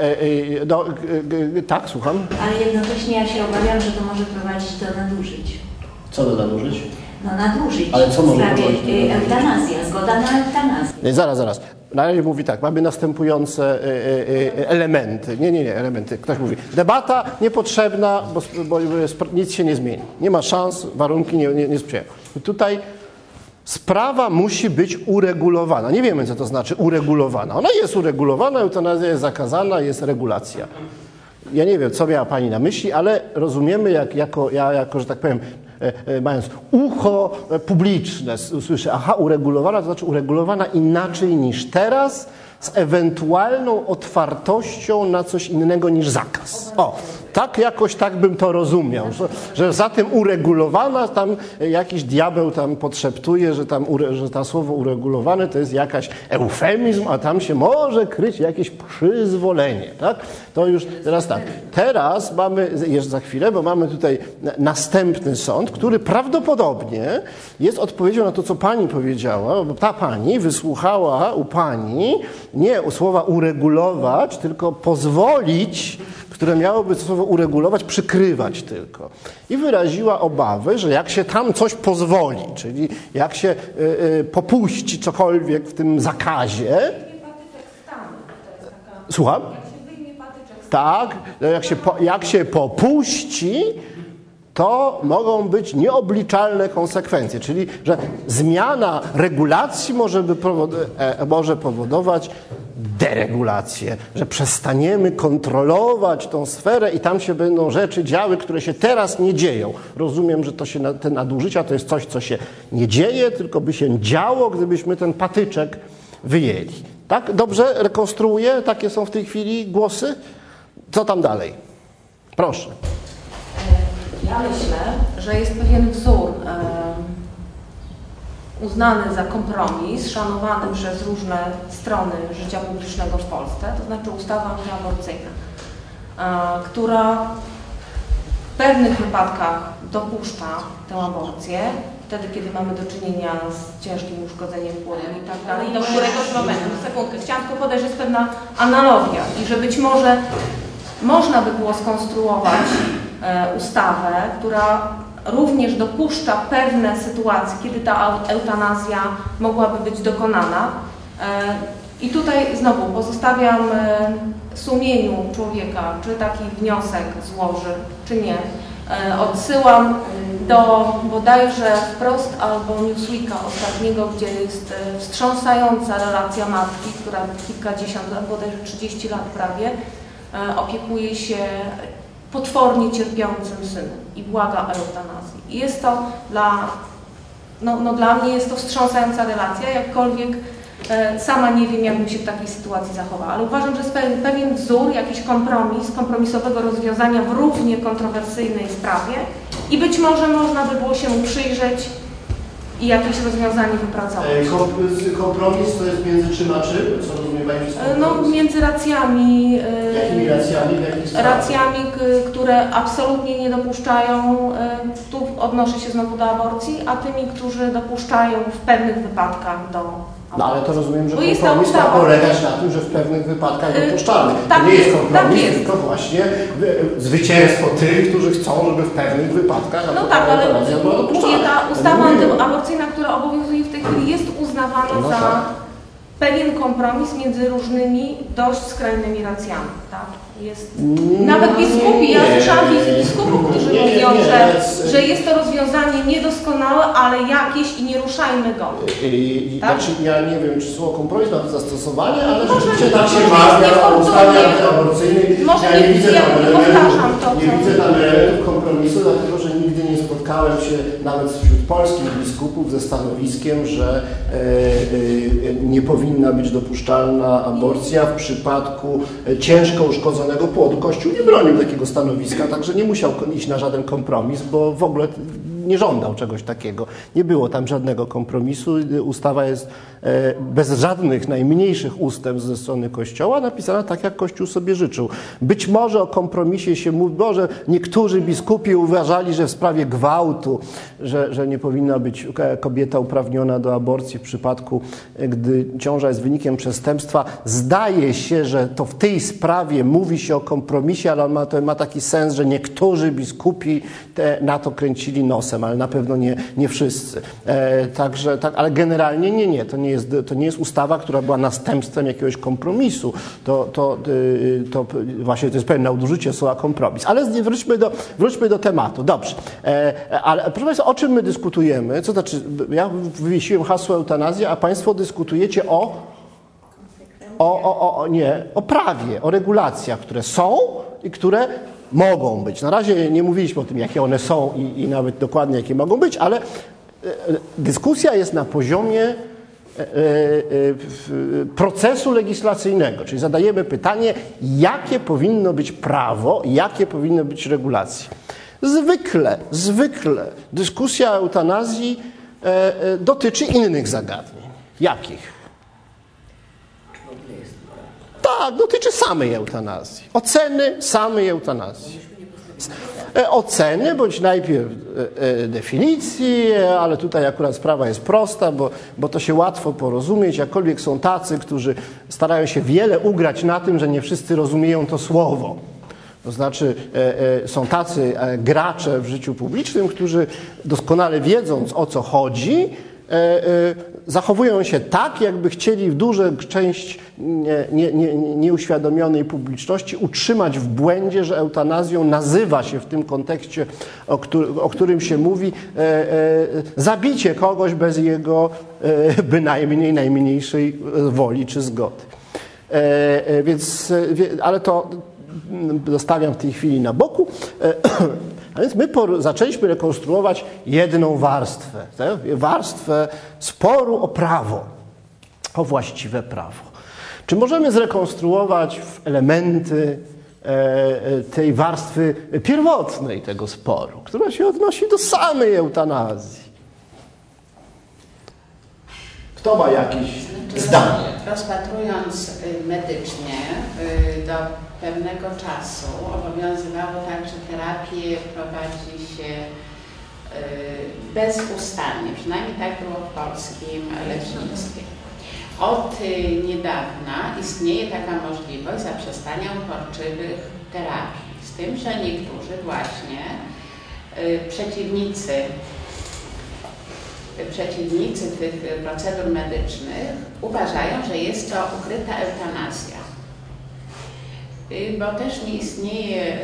tak, słucham. Ale jednocześnie ja się obawiam, że to może prowadzić do nadużyć. Co do nadużyć? No nadużyć. Ale co może prowadzić? Eutanazja, zgoda na eutanazję. Zaraz. Na razie mówi tak, mamy następujące elementy. Nie, elementy. Ktoś mówi, debata niepotrzebna, bo nic się nie zmieni. Nie ma szans, warunki nie sprzyjają. I tutaj sprawa musi być uregulowana. Nie wiemy, co to znaczy uregulowana. Ona jest uregulowana, eutanazja jest zakazana, jest regulacja. Ja nie wiem, co miała pani na myśli, ale rozumiemy, jako, że tak powiem, mając ucho publiczne, słyszę, uregulowana, to znaczy uregulowana inaczej niż teraz, z ewentualną otwartością na coś innego niż zakaz. Jakoś tak bym to rozumiał, że za tym uregulowana, tam jakiś diabeł tam podszeptuje, że to słowo uregulowane to jest jakaś eufemizm, a tam się może kryć jakieś przyzwolenie, tak? To już teraz tak. Teraz mamy, jeszcze za chwilę, bo mamy tutaj następny sąd, który prawdopodobnie jest odpowiedzią na to, co pani powiedziała, bo ta pani wysłuchała u pani nie słowa uregulować, tylko pozwolić, które miałoby to słowo uregulować, przykrywać tylko. I wyraziła obawę, że jak się tam coś pozwoli, czyli jak się popuści cokolwiek w tym zakazie... Słucham? Tak, jak się popuści, to mogą być nieobliczalne konsekwencje, czyli że zmiana regulacji może powodować deregulację, że przestaniemy kontrolować tą sferę i tam się będą rzeczy działy, które się teraz nie dzieją. Rozumiem, że te nadużycia to jest coś, co się nie dzieje, tylko by się działo, gdybyśmy ten patyczek wyjęli. Tak? Dobrze rekonstruuję? Takie są w tej chwili głosy? Co tam dalej? Proszę. Ja myślę, że jest pewien wzór uznany za kompromis, szanowany przez różne strony życia publicznego w Polsce, to znaczy ustawa antyaborcyjna, która w pewnych wypadkach dopuszcza tę aborcję, wtedy, kiedy mamy do czynienia z ciężkim uszkodzeniem płodu i tak dalej. Do któregoś momentu, sekundkę, chciałam tylko podać, że jest pewna analogia i że być może można by było skonstruować ustawę, która również dopuszcza pewne sytuacje, kiedy ta eutanazja mogłaby być dokonana. I tutaj znowu pozostawiam sumieniu człowieka, czy taki wniosek złoży, czy nie. Odsyłam do bodajże Wprost albo Newsweeka ostatniego, gdzie jest wstrząsająca relacja matki, która kilkadziesiąt lat, bodajże 30 lat prawie, opiekuje się potwornie cierpiącym synem i błaga o eutanazji. I jest to dla mnie jest to wstrząsająca relacja, jakkolwiek sama nie wiem, jakbym się w takiej sytuacji zachowała, ale uważam, że jest pewien wzór, jakiś kompromisowego rozwiązania w równie kontrowersyjnej sprawie i być może można by było się mu przyjrzeć i jakieś rozwiązanie wypracować. Kompromis to jest między czym a czym? Co rozumie Pani? Między racjami. Jakimi racjami? Racjami, które absolutnie nie dopuszczają, tu odnoszę się znowu do aborcji, a tymi, którzy dopuszczają w pewnych wypadkach do aborcji. No ale to rozumiem, że kompromis ma polegać na tym, że w pewnych wypadkach dopuszczalny. Tak to nie jest kompromis, tak jest. tylko właśnie zwycięstwo tych, którzy chcą, żeby w pewnych wypadkach eutanazja była dopuszczalna. Ta ustawa antyaborcyjna, która obowiązuje w tej chwili, jest uznawana za pewien kompromis między różnymi dość skrajnymi racjami. Tak? Nawet biskupi, ja słyszałam biskupów, którzy mówią, że jest to rozwiązanie niedoskonałe, ale jakieś i nie ruszajmy go. Tak? Znaczy, ja nie wiem, czy słowo kompromis ma zastosowanie, ale rzeczywiście tak się mawia o ustawie antyaborcyjnej. Ja nie widzę tam elementów kompromisu, dlatego że nigdy nie spotkałem się nawet wśród polskich biskupów ze stanowiskiem, że nie powinna być dopuszczalna aborcja w przypadku ciężko uszkodzonego płodu. Kościół nie bronił takiego stanowiska, także nie musiał iść na żaden kompromis, bo w ogóle nie żądał czegoś takiego. Nie było tam żadnego kompromisu. Ustawa jest bez żadnych najmniejszych ustępstw ze strony Kościoła napisana tak, jak Kościół sobie życzył. Być może o kompromisie się mówi, bo że niektórzy biskupi uważali, że w sprawie gwałtu, że nie powinna być kobieta uprawniona do aborcji w przypadku, gdy ciąża jest wynikiem przestępstwa. Zdaje się, że to w tej sprawie mówi się o kompromisie, ale to ma taki sens, że niektórzy biskupi na to kręcili nosem, ale na pewno nie wszyscy. Także, tak, ale generalnie nie. To nie jest ustawa, która była następstwem jakiegoś kompromisu. To właśnie to jest pewne nadużycie słowa kompromis. Ale wróćmy do tematu. Dobrze. Ale proszę Państwa, o czym my dyskutujemy? Co znaczy, ja wywiesiłem hasło eutanazja, a Państwo dyskutujecie o prawie, o regulacjach, które są i które mogą być. Na razie nie mówiliśmy o tym, jakie one są i nawet dokładnie jakie mogą być, ale dyskusja jest na poziomie procesu legislacyjnego, czyli zadajemy pytanie, jakie powinno być prawo, jakie powinny być regulacje. Zwykle dyskusja o eutanazji dotyczy innych zagadnień. Jakich? Tak, dotyczy samej eutanazji. Oceny samej eutanazji. Oceny, bądź najpierw definicji, ale tutaj akurat sprawa jest prosta, bo to się łatwo porozumieć, jakkolwiek są tacy, którzy starają się wiele ugrać na tym, że nie wszyscy rozumieją to słowo. To znaczy są tacy gracze w życiu publicznym, którzy doskonale wiedząc, o co chodzi, zachowują się tak, jakby chcieli w dużą część nieuświadomionej publiczności utrzymać w błędzie, że eutanazją nazywa się w tym kontekście, o którym się mówi, zabicie kogoś bez jego bynajmniej najmniejszej woli czy zgody. Ale to zostawiam w tej chwili na boku. A więc my zaczęliśmy rekonstruować jedną warstwę sporu o prawo, o właściwe prawo. Czy możemy zrekonstruować elementy tej warstwy pierwotnej tego sporu, która się odnosi do samej eutanazji? Kto ma jakieś zdanie? Rozpatrując medycznie, do pewnego czasu obowiązywało tak, że terapię prowadzi się bezustannie, przynajmniej tak było w polskim lecznictwie. Od niedawna istnieje taka możliwość zaprzestania uporczywych terapii, z tym, że niektórzy właśnie przeciwnicy tych procedur medycznych uważają, że jest to ukryta eutanazja. Bo też nie istnieje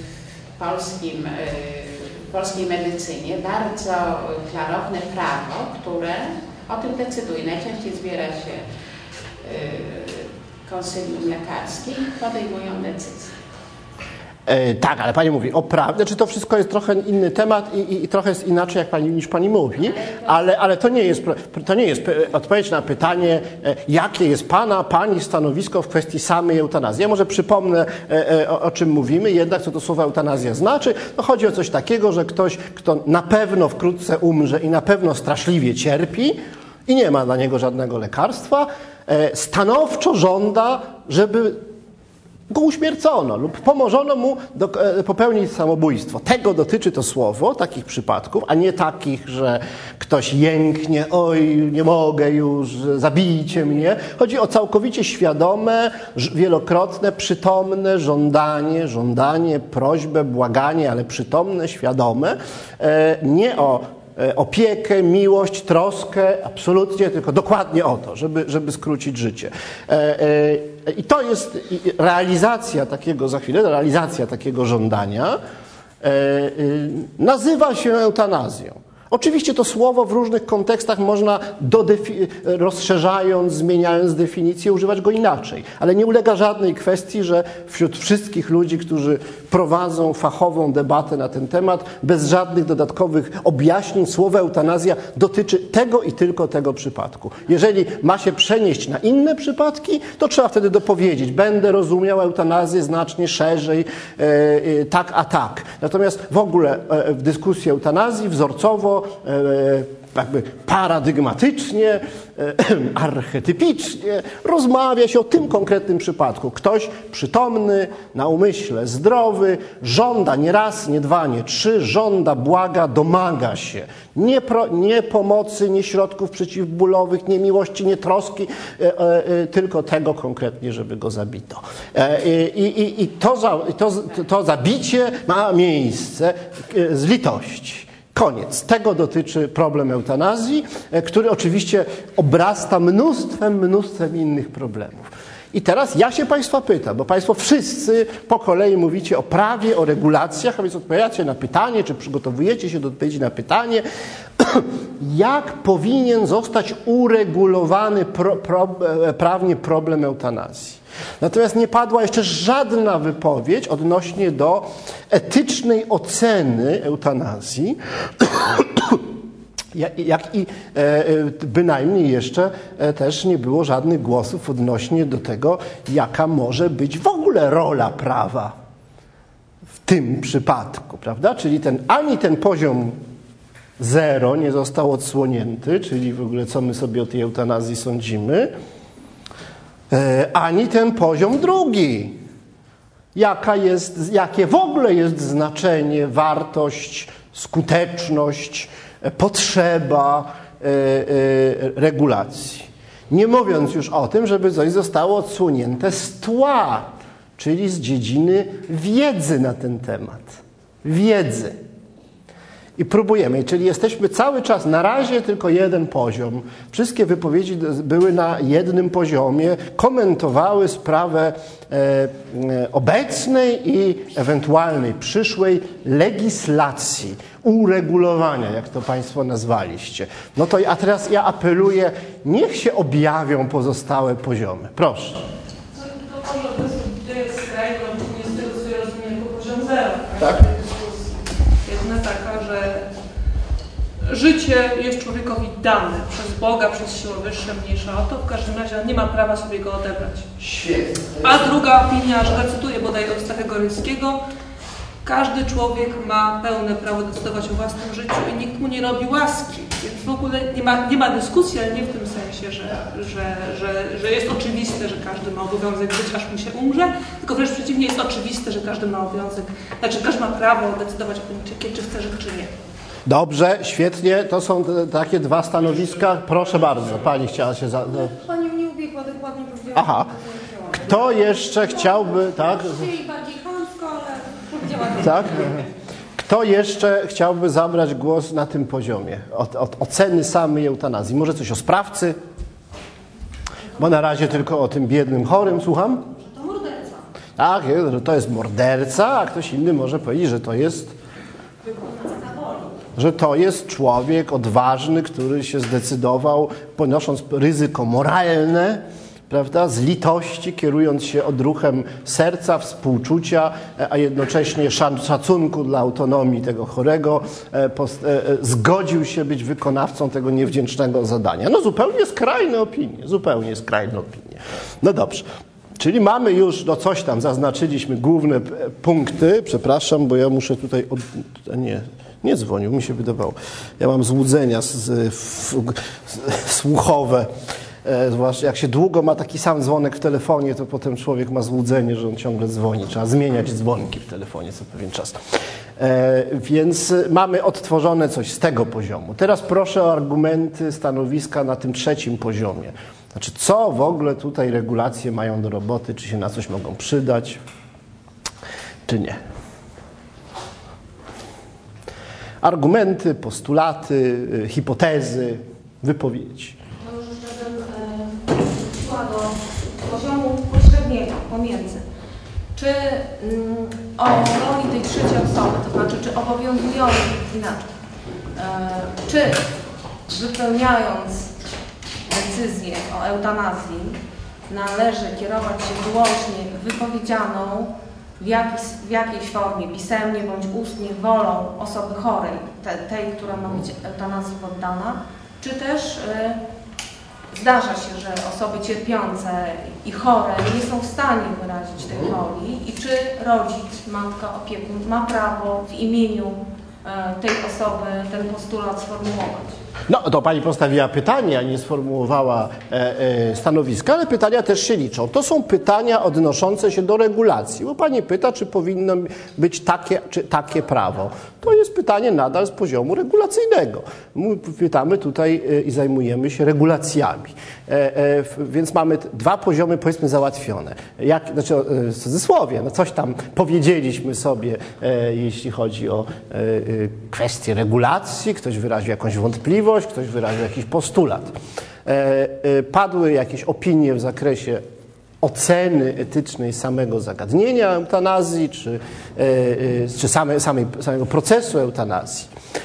w polskiej medycynie bardzo klarowne prawo, które o tym decyduje. Najczęściej zbiera się konsylium lekarskie i podejmują decyzje. Tak, ale Pani mówi o prawdzie, czy to wszystko jest trochę inny temat i trochę jest inaczej niż Pani mówi, ale to nie jest odpowiedź na pytanie, jakie jest Pani stanowisko w kwestii samej eutanazji. Ja może przypomnę, o czym mówimy, jednak co to słowo eutanazja znaczy. No, chodzi o coś takiego, że ktoś, kto na pewno wkrótce umrze i na pewno straszliwie cierpi i nie ma dla niego żadnego lekarstwa, stanowczo żąda, żeby go uśmiercono lub pomożono mu popełnić samobójstwo. Tego dotyczy to słowo, takich przypadków, a nie takich, że ktoś jęknie, oj, nie mogę już, zabijcie mnie. Chodzi o całkowicie świadome, wielokrotne, przytomne żądanie, prośbę, błaganie, ale przytomne, świadome, nie o opiekę, miłość, troskę, absolutnie, tylko dokładnie o to, żeby skrócić życie. I to jest realizacja takiego żądania, nazywa się eutanazją. Oczywiście to słowo w różnych kontekstach można, rozszerzając, zmieniając definicję, używać go inaczej. Ale nie ulega żadnej kwestii, że wśród wszystkich ludzi, którzy prowadzą fachową debatę na ten temat, bez żadnych dodatkowych objaśnień, słowo eutanazja dotyczy tego i tylko tego przypadku. Jeżeli ma się przenieść na inne przypadki, to trzeba wtedy dopowiedzieć. Będę rozumiał eutanazję znacznie szerzej, tak a tak. Natomiast w ogóle w dyskusji eutanazji wzorcowo, jakby paradygmatycznie, archetypicznie rozmawia się o tym konkretnym przypadku. Ktoś przytomny, na umyśle zdrowy, żąda nie raz, nie dwa, nie trzy, żąda, błaga, domaga się. Nie pomocy, nie środków przeciwbólowych, nie miłości, nie troski, tylko tego konkretnie, żeby go zabito. I to zabicie ma miejsce z litości. Koniec. Tego dotyczy problem eutanazji, który oczywiście obrasta mnóstwem innych problemów. I teraz ja się Państwa pytam, bo Państwo wszyscy po kolei mówicie o prawie, o regulacjach, a więc odpowiadacie na pytanie, czy przygotowujecie się do odpowiedzi na pytanie, jak powinien zostać uregulowany prawnie problem eutanazji. Natomiast nie padła jeszcze żadna wypowiedź odnośnie do etycznej oceny eutanazji, jak i bynajmniej jeszcze też nie było żadnych głosów odnośnie do tego, jaka może być w ogóle rola prawa w tym przypadku, prawda? Czyli ani ten poziom 0 nie został odsłonięty, czyli w ogóle co my sobie o tej eutanazji sądzimy, ani ten poziom drugi. Jakie w ogóle jest znaczenie, wartość, skuteczność, potrzeba regulacji. Nie mówiąc już o tym, żeby coś zostało odsłonięte z tła, czyli z dziedziny wiedzy na ten temat. Wiedzy. I próbujemy, czyli jesteśmy cały czas, na razie tylko jeden poziom. Wszystkie wypowiedzi były na jednym poziomie, komentowały sprawę obecnej i ewentualnej przyszłej legislacji, uregulowania, jak to Państwo nazwaliście. No to a teraz ja apeluję, niech się objawią pozostałe poziomy. Proszę. To może to jest skrajnie, nie z tego, co ja rozumiem, jako poziom 0. Tak? Jedna taka, że życie jest człowiekowi dane przez Boga, przez siłę wyższe, mniejsza o to, w każdym razie nie ma prawa sobie go odebrać. Świetnie. A druga opinia, że zacytuję bodaj od Stachego Ryjskiego, każdy człowiek ma pełne prawo decydować o własnym życiu i nikt mu nie robi łaski. Więc w ogóle nie ma dyskusji, ale nie w tym sensie, że jest oczywiste, że każdy ma obowiązek żyć, aż mu się umrze, tylko wręcz przeciwnie, jest oczywiste, że każdy ma obowiązek, każdy ma prawo decydować o tym, czy chce żyć, czy nie. Dobrze, świetnie. To są takie dwa stanowiska. Proszę bardzo, pani chciała się Pani mnie ubiegła, dokładnie powiedziała. Aha. Kto jeszcze chciałby, tak? Bardziej chamsko, ale powiedziała Tak? Kto jeszcze chciałby zabrać głos na tym poziomie? Od oceny samej eutanazji. Może coś o sprawcy? Bo na razie tylko o tym biednym chorym, słucham? to morderca. Tak, że to jest morderca, a ktoś inny może powiedzieć, że to jest człowiek odważny, który się zdecydował, ponosząc ryzyko moralne, prawda, z litości, kierując się odruchem serca, współczucia, a jednocześnie szacunku dla autonomii tego chorego, zgodził się być wykonawcą tego niewdzięcznego zadania. No zupełnie skrajne opinie, No dobrze. Czyli mamy już, no coś tam, zaznaczyliśmy główne punkty. Przepraszam, bo ja muszę tutaj... Nie dzwonił, mi się wydawało. Ja mam złudzenia słuchowe. Zwłaszcza jak się długo ma taki sam dzwonek w telefonie, to potem człowiek ma złudzenie, że on ciągle dzwoni. Trzeba zmieniać dzwonki w telefonie co pewien czas. Więc mamy odtworzone coś z tego poziomu. Teraz proszę o argumenty, stanowiska na tym trzecim poziomie. Znaczy, co w ogóle tutaj regulacje mają do roboty, czy się na coś mogą przydać, czy nie. Argumenty, postulaty, hipotezy, wypowiedzi. No już bym wróciła do poziomu pośredniego pomiędzy. Czy o roli tej trzeciej osoby, to znaczy czy obowiązującej, inaczej, czy wypełniając decyzję o eutanazji należy kierować się wyłącznie wypowiedzianą w jakiejś formie, pisemnie bądź ustnie, wolą osoby chorej, tej, która ma być eutanazji poddana, czy też zdarza się, że osoby cierpiące i chore nie są w stanie wyrazić tej woli i czy rodzic, matka, opiekun ma prawo w imieniu tej osoby ten postulat sformułować? No, to pani postawiła pytanie, a nie sformułowała stanowiska, ale pytania też się liczą. To są pytania odnoszące się do regulacji, bo pani pyta, czy powinno być takie prawo. To jest pytanie nadal z poziomu regulacyjnego. My pytamy tutaj i zajmujemy się regulacjami. Więc mamy dwa poziomy, powiedzmy, załatwione. W cudzysłowie, no coś tam powiedzieliśmy sobie, jeśli chodzi o kwestie regulacji, ktoś wyraził jakąś wątpliwość, ktoś wyraził jakiś postulat. Padły jakieś opinie w zakresie oceny etycznej samego zagadnienia eutanazji, czy samego procesu eutanazji.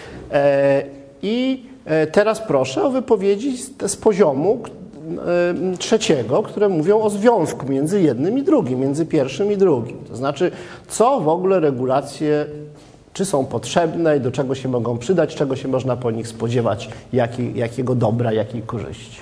I teraz proszę o wypowiedzi z poziomu trzeciego, które mówią o związku między jednym i drugim, między pierwszym i drugim. To znaczy, co w ogóle regulacje, czy są potrzebne i do czego się mogą przydać, czego się można po nich spodziewać, jakiego dobra, jakiej korzyści.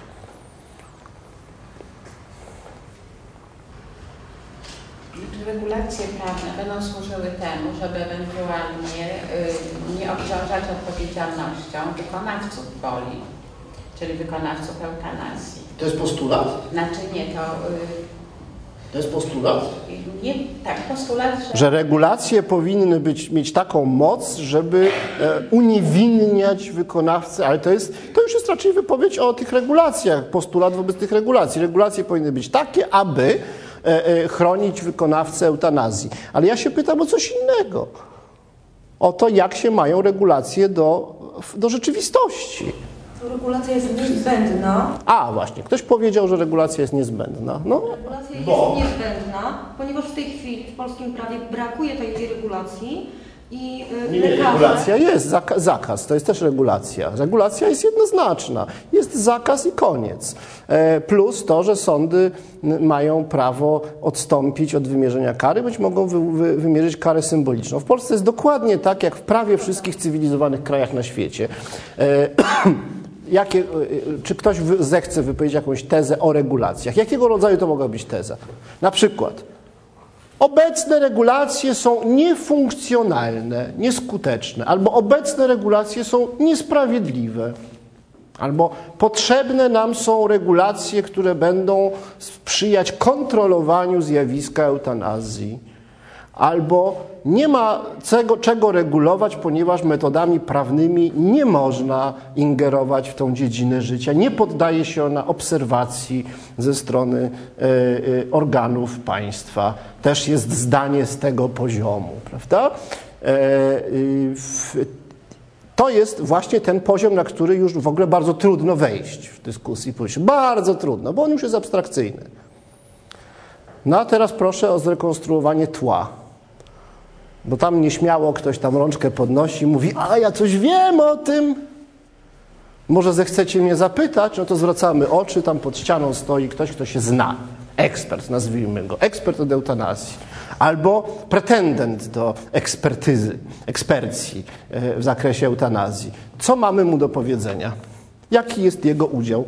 Regulacje prawne będą służyły temu, żeby ewentualnie nie obciążać odpowiedzialnością wykonawców woli, czyli wykonawców eutanazji. To jest postulat? Znaczy nie, To jest postulat? Nie, tak, postulat, że regulacje powinny mieć taką moc, żeby uniewinniać wykonawcę, ale to już jest raczej wypowiedź o tych regulacjach, postulat wobec tych regulacji. Regulacje powinny być takie, aby chronić wykonawcę eutanazji. Ale ja się pytam o coś innego. O to, jak się mają regulacje do rzeczywistości. Regulacja jest niezbędna. A, właśnie. Ktoś powiedział, że regulacja jest niezbędna. No, regulacja jest niezbędna, ponieważ w tej chwili w polskim prawie brakuje tej regulacji i lekarze... Regulacja jest, zakaz, to jest też regulacja. Regulacja jest jednoznaczna. Jest zakaz i koniec. Plus to, że sądy mają prawo odstąpić od wymierzenia kary, bądź mogą wymierzyć karę symboliczną. W Polsce jest dokładnie tak, jak w prawie wszystkich cywilizowanych krajach na świecie. Czy ktoś zechce wypowiedzieć jakąś tezę o regulacjach? Jakiego rodzaju to mogła być teza? Na przykład, obecne regulacje są niefunkcjonalne, nieskuteczne, albo obecne regulacje są niesprawiedliwe, albo potrzebne nam są regulacje, które będą sprzyjać kontrolowaniu zjawiska eutanazji, albo nie ma czego regulować, ponieważ metodami prawnymi nie można ingerować w tą dziedzinę życia. Nie poddaje się ona obserwacji ze strony organów państwa. Też jest zdanie z tego poziomu, prawda? To jest właśnie ten poziom, na który już w ogóle bardzo trudno wejść w dyskusji politycznej. Bardzo trudno, bo on już jest abstrakcyjny. No a teraz proszę o zrekonstruowanie tła. Bo tam nieśmiało ktoś tam rączkę podnosi i mówi, a ja coś wiem o tym. Może zechcecie mnie zapytać? No to zwracamy oczy, tam pod ścianą stoi ktoś, kto się zna. Ekspert, nazwijmy go. Ekspert od eutanazji. Albo pretendent do ekspercji w zakresie eutanazji. Co mamy mu do powiedzenia? Jaki jest jego udział?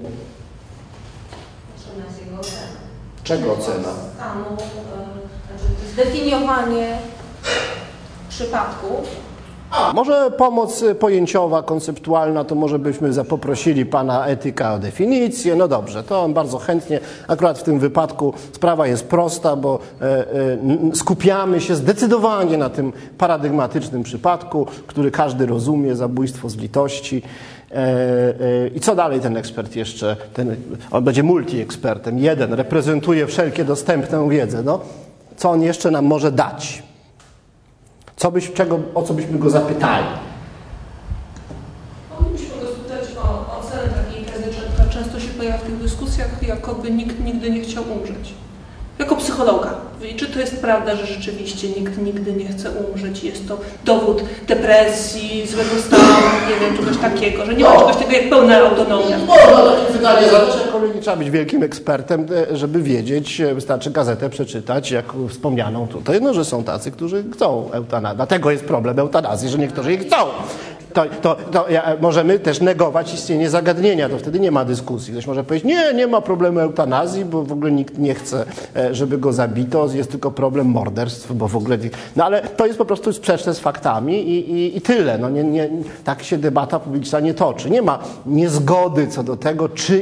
Czego ocena? Stanu, zdefiniowanie przypadków. Może pomoc pojęciowa, konceptualna, to może byśmy poprosili pana etyka o definicję. No dobrze, to on bardzo chętnie. Akurat w tym wypadku sprawa jest prosta, bo skupiamy się zdecydowanie na tym paradygmatycznym przypadku, który każdy rozumie, zabójstwo z litości. I co dalej ten ekspert jeszcze? On będzie multiekspertem. Jeden reprezentuje wszelkie dostępną wiedzę. No, co on jeszcze nam może dać? O co byśmy go zapytali? Moglibyśmy go spytać o ocenę takiej tezy, która często się pojawia w tych dyskusjach, jakoby nikt nigdy nie chciał umrzeć. Jako psychologa. I czy to jest prawda, że rzeczywiście nikt nigdy nie chce umrzeć? Jest to dowód depresji, złego stanu, nie wiem, czegoś takiego, że nie ma czegoś takiego jak pełna autonomia. Można takie pytanie zadać, ale nie trzeba być wielkim ekspertem, żeby wiedzieć, wystarczy gazetę przeczytać, jak wspomnianą tutaj, no, że są tacy, którzy chcą eutanazji. Dlatego jest problem eutanazji, że niektórzy jej chcą. Możemy też negować istnienie zagadnienia, to wtedy nie ma dyskusji. Ktoś może powiedzieć, nie ma problemu eutanazji, bo w ogóle nikt nie chce, żeby go zabito, jest tylko problem morderstw, bo w ogóle... No ale to jest po prostu sprzeczne z faktami i tyle. No, tak się debata publiczna nie toczy. Nie ma niezgody co do tego, czy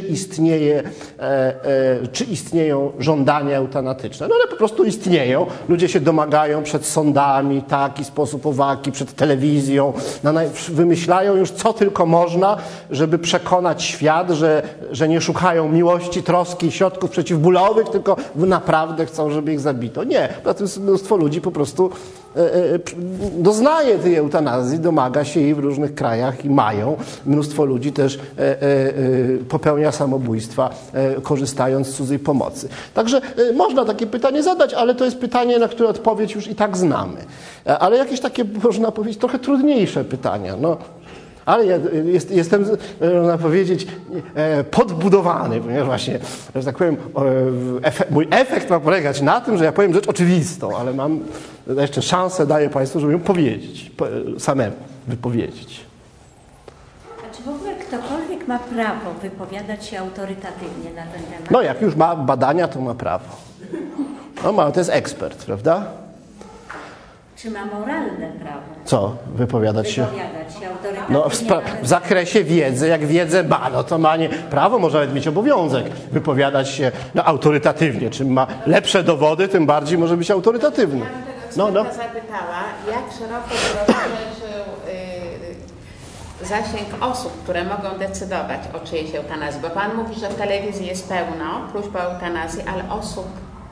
istnieją żądania eutanatyczne. No ale po prostu istnieją. Ludzie się domagają przed sądami, taki sposób, owaki, przed telewizją, wymyślają już co tylko można, żeby przekonać świat, że nie szukają miłości, troski, środków przeciwbólowych, tylko naprawdę chcą, żeby ich zabito. Nie, mnóstwo ludzi po prostu doznaje tej eutanazji, domaga się jej w różnych krajach i mają. Mnóstwo ludzi też popełnia samobójstwa, korzystając z cudzej pomocy. Także można takie pytanie zadać, ale to jest pytanie, na które odpowiedź już i tak znamy. Ale jakieś takie, można powiedzieć, trochę trudniejsze pytania. No. Ale ja jestem, można powiedzieć, podbudowany, ponieważ właśnie, że tak powiem, mój efekt ma polegać na tym, że ja powiem rzecz oczywistą, ale mam jeszcze szansę, daję Państwu, żeby ją powiedzieć, samemu wypowiedzieć. A czy w ogóle ktokolwiek ma prawo wypowiadać się autorytatywnie na ten temat? No jak już ma badania, to ma prawo. No to jest ekspert, prawda? Czy ma moralne prawo? Co? Wypowiadać się autorytatywnie? No, w zakresie wiedzy, jak wiedzę ma, no to ma nie prawo, może nawet mieć obowiązek wypowiadać się autorytatywnie. Czym ma lepsze dowody, tym bardziej może być autorytatywny. Ja bym tego zapytała, jak szeroko rozszerzył zasięg osób, które mogą decydować o czyjejś eutanazji. Bo Pan mówi, że w telewizji jest pełno próśb o eutanazji, ale osób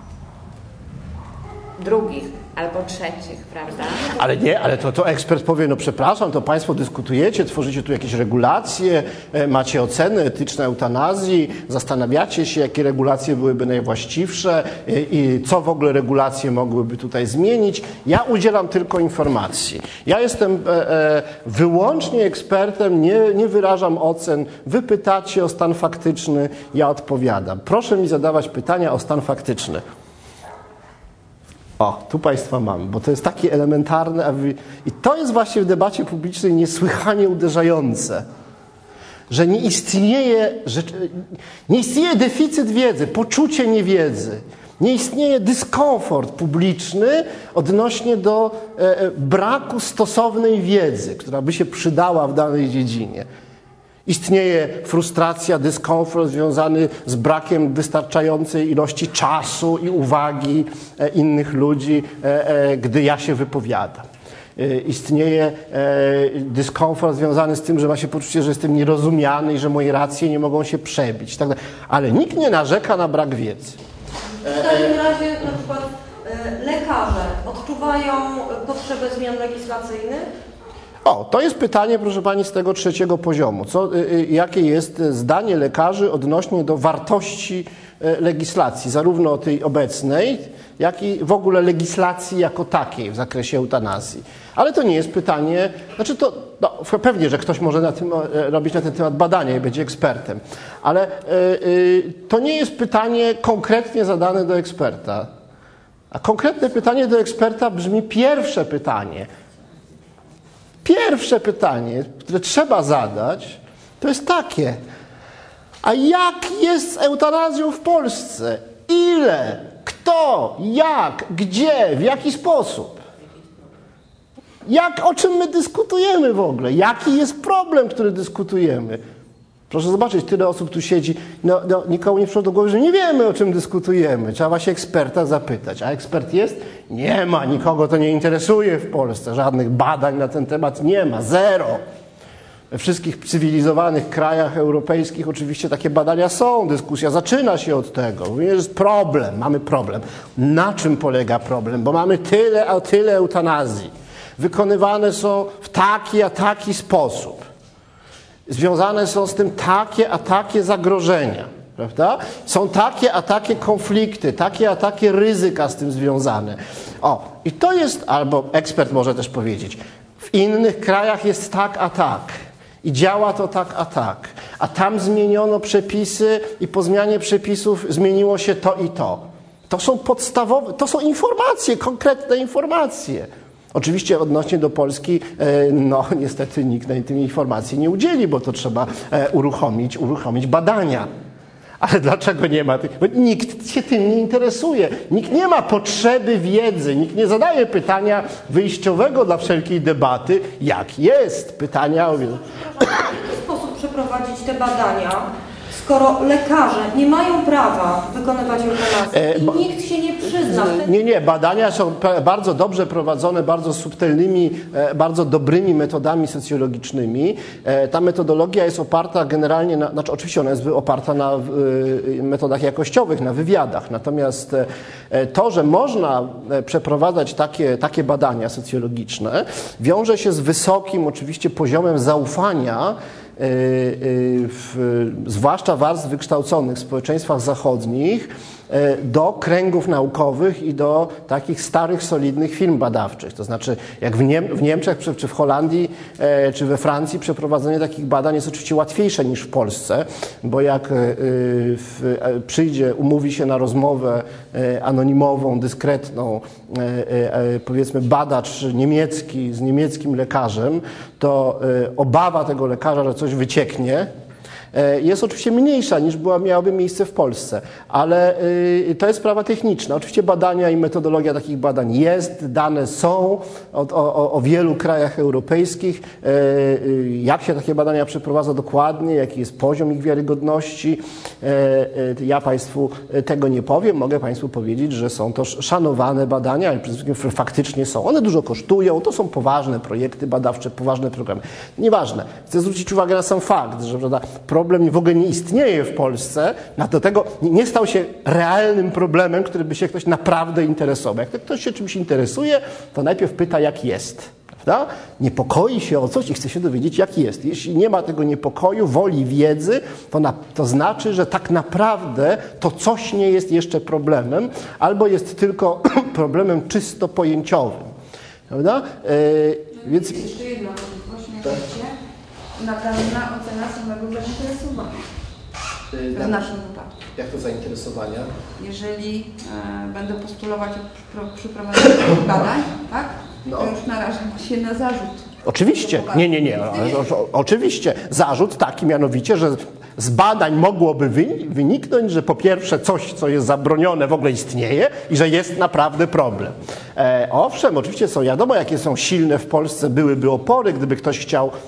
drugich albo trzecich, prawda? Ale to ekspert powie, no przepraszam, to Państwo dyskutujecie, tworzycie tu jakieś regulacje, macie oceny etyczne eutanazji, zastanawiacie się, jakie regulacje byłyby najwłaściwsze i co w ogóle regulacje mogłyby tutaj zmienić. Ja udzielam tylko informacji. Ja jestem wyłącznie ekspertem, nie wyrażam ocen. Wy pytacie o stan faktyczny, ja odpowiadam. Proszę mi zadawać pytania o stan faktyczny. O, tu Państwa mam, bo to jest takie elementarne, i to jest właśnie w debacie publicznej niesłychanie uderzające, że nie istnieje deficyt wiedzy, poczucie niewiedzy, nie istnieje dyskomfort publiczny odnośnie do braku stosownej wiedzy, która by się przydała w danej dziedzinie. Istnieje frustracja, dyskomfort związany z brakiem wystarczającej ilości czasu i uwagi innych ludzi, gdy ja się wypowiadam. Istnieje dyskomfort związany z tym, że ma się poczucie, że jestem nierozumiany i że moje racje nie mogą się przebić. Tak dalej. Ale nikt nie narzeka na brak wiedzy. W takim razie na przykład lekarze odczuwają potrzebę zmian legislacyjnych? O, to jest pytanie, proszę Pani, z tego 3. poziomu. Jakie jest zdanie lekarzy odnośnie do wartości legislacji, zarówno tej obecnej, jak i w ogóle legislacji jako takiej w zakresie eutanazji. Ale to nie jest pytanie, znaczy to pewnie, że ktoś może robić na ten temat badania i będzie ekspertem, ale to nie jest pytanie konkretnie zadane do eksperta. A konkretne pytanie do eksperta brzmi pierwsze pytanie. Pierwsze pytanie, które trzeba zadać, to jest takie: a jak jest z eutanazją w Polsce? Ile? Kto? Jak? Gdzie? W jaki sposób? O czym my dyskutujemy w ogóle? Jaki jest problem, który dyskutujemy? Proszę zobaczyć, tyle osób tu siedzi. Nikomu nie przyszło do głowy, że nie wiemy, o czym dyskutujemy. Trzeba się eksperta zapytać. A ekspert jest? Nie ma. Nikogo to nie interesuje w Polsce. Żadnych badań na ten temat nie ma. Zero. We wszystkich cywilizowanych krajach europejskich oczywiście takie badania są. Dyskusja zaczyna się od tego. Mówimy, że jest problem. Mamy problem. Na czym polega problem? Bo mamy tyle eutanazji. Wykonywane są w taki a taki sposób. Związane są z tym takie a takie zagrożenia, prawda? Są takie a takie konflikty, takie a takie ryzyka z tym związane. O, i to jest, albo ekspert może też powiedzieć, w innych krajach jest tak a tak i działa to tak a tak, a tam zmieniono przepisy i po zmianie przepisów zmieniło się to i to. To są podstawowe, to są informacje, konkretne informacje. Oczywiście odnośnie do Polski, niestety nikt tej informacji nie udzieli, bo to trzeba uruchomić badania. Ale dlaczego nie ma tych? Bo nikt się tym nie interesuje. Nikt nie ma potrzeby wiedzy. Nikt nie zadaje pytania wyjściowego dla wszelkiej debaty, jak jest. Pytania o... W jaki sposób przeprowadzić te badania, skoro lekarze nie mają prawa wykonywać eutanazji i nikt się nie przyzna? Nie. Badania są bardzo dobrze prowadzone, bardzo subtelnymi, bardzo dobrymi metodami socjologicznymi. Ta metodologia jest oparta generalnie oczywiście ona jest oparta na metodach jakościowych, na wywiadach. Natomiast to, że można przeprowadzać takie badania socjologiczne, wiąże się z wysokim oczywiście poziomem zaufania, zwłaszcza warstw wykształconych w społeczeństwach zachodnich, do kręgów naukowych i do takich starych, solidnych firm badawczych. To znaczy, jak w Niemczech, czy w Holandii, czy we Francji przeprowadzenie takich badań jest oczywiście łatwiejsze niż w Polsce, bo jak umówi się na rozmowę anonimową, dyskretną, powiedzmy badacz niemiecki z niemieckim lekarzem, to obawa tego lekarza, że coś wycieknie, jest oczywiście mniejsza niż miałaby miejsce w Polsce, ale to jest sprawa techniczna. Oczywiście badania i metodologia takich badań jest, dane są o wielu krajach europejskich. Jak się takie badania przeprowadza dokładnie, jaki jest poziom ich wiarygodności, ja Państwu tego nie powiem. Mogę Państwu powiedzieć, że są to szanowane badania, faktycznie są. One dużo kosztują, to są poważne projekty badawcze, poważne programy. Nieważne. Chcę zwrócić uwagę na sam fakt, że problem w ogóle nie istnieje w Polsce, do tego nie stał się realnym problemem, który by się ktoś naprawdę interesował. Jak ktoś się czymś interesuje, to najpierw pyta, jak jest. Prawda? Niepokoi się o coś i chce się dowiedzieć, jak jest. Jeśli nie ma tego niepokoju, woli, wiedzy, to znaczy, że tak naprawdę to coś nie jest jeszcze problemem, albo jest tylko problemem czysto pojęciowym. Prawda? Więc... Jeszcze jedna właśnie naganna ocena samego zainteresowania w naszym wypadku. Jak to zainteresowania? Jeżeli będę postulować o przeprowadzenie badań, tak? To już narażam się na zarzut. Oczywiście. Nie. Oczywiście. Zarzut taki mianowicie, że z badań mogłoby wyniknąć, że po pierwsze coś, co jest zabronione, w ogóle istnieje i że jest naprawdę problem. Owszem, oczywiście wiadomo, jakie są silne w Polsce byłyby opory, gdyby ktoś chciał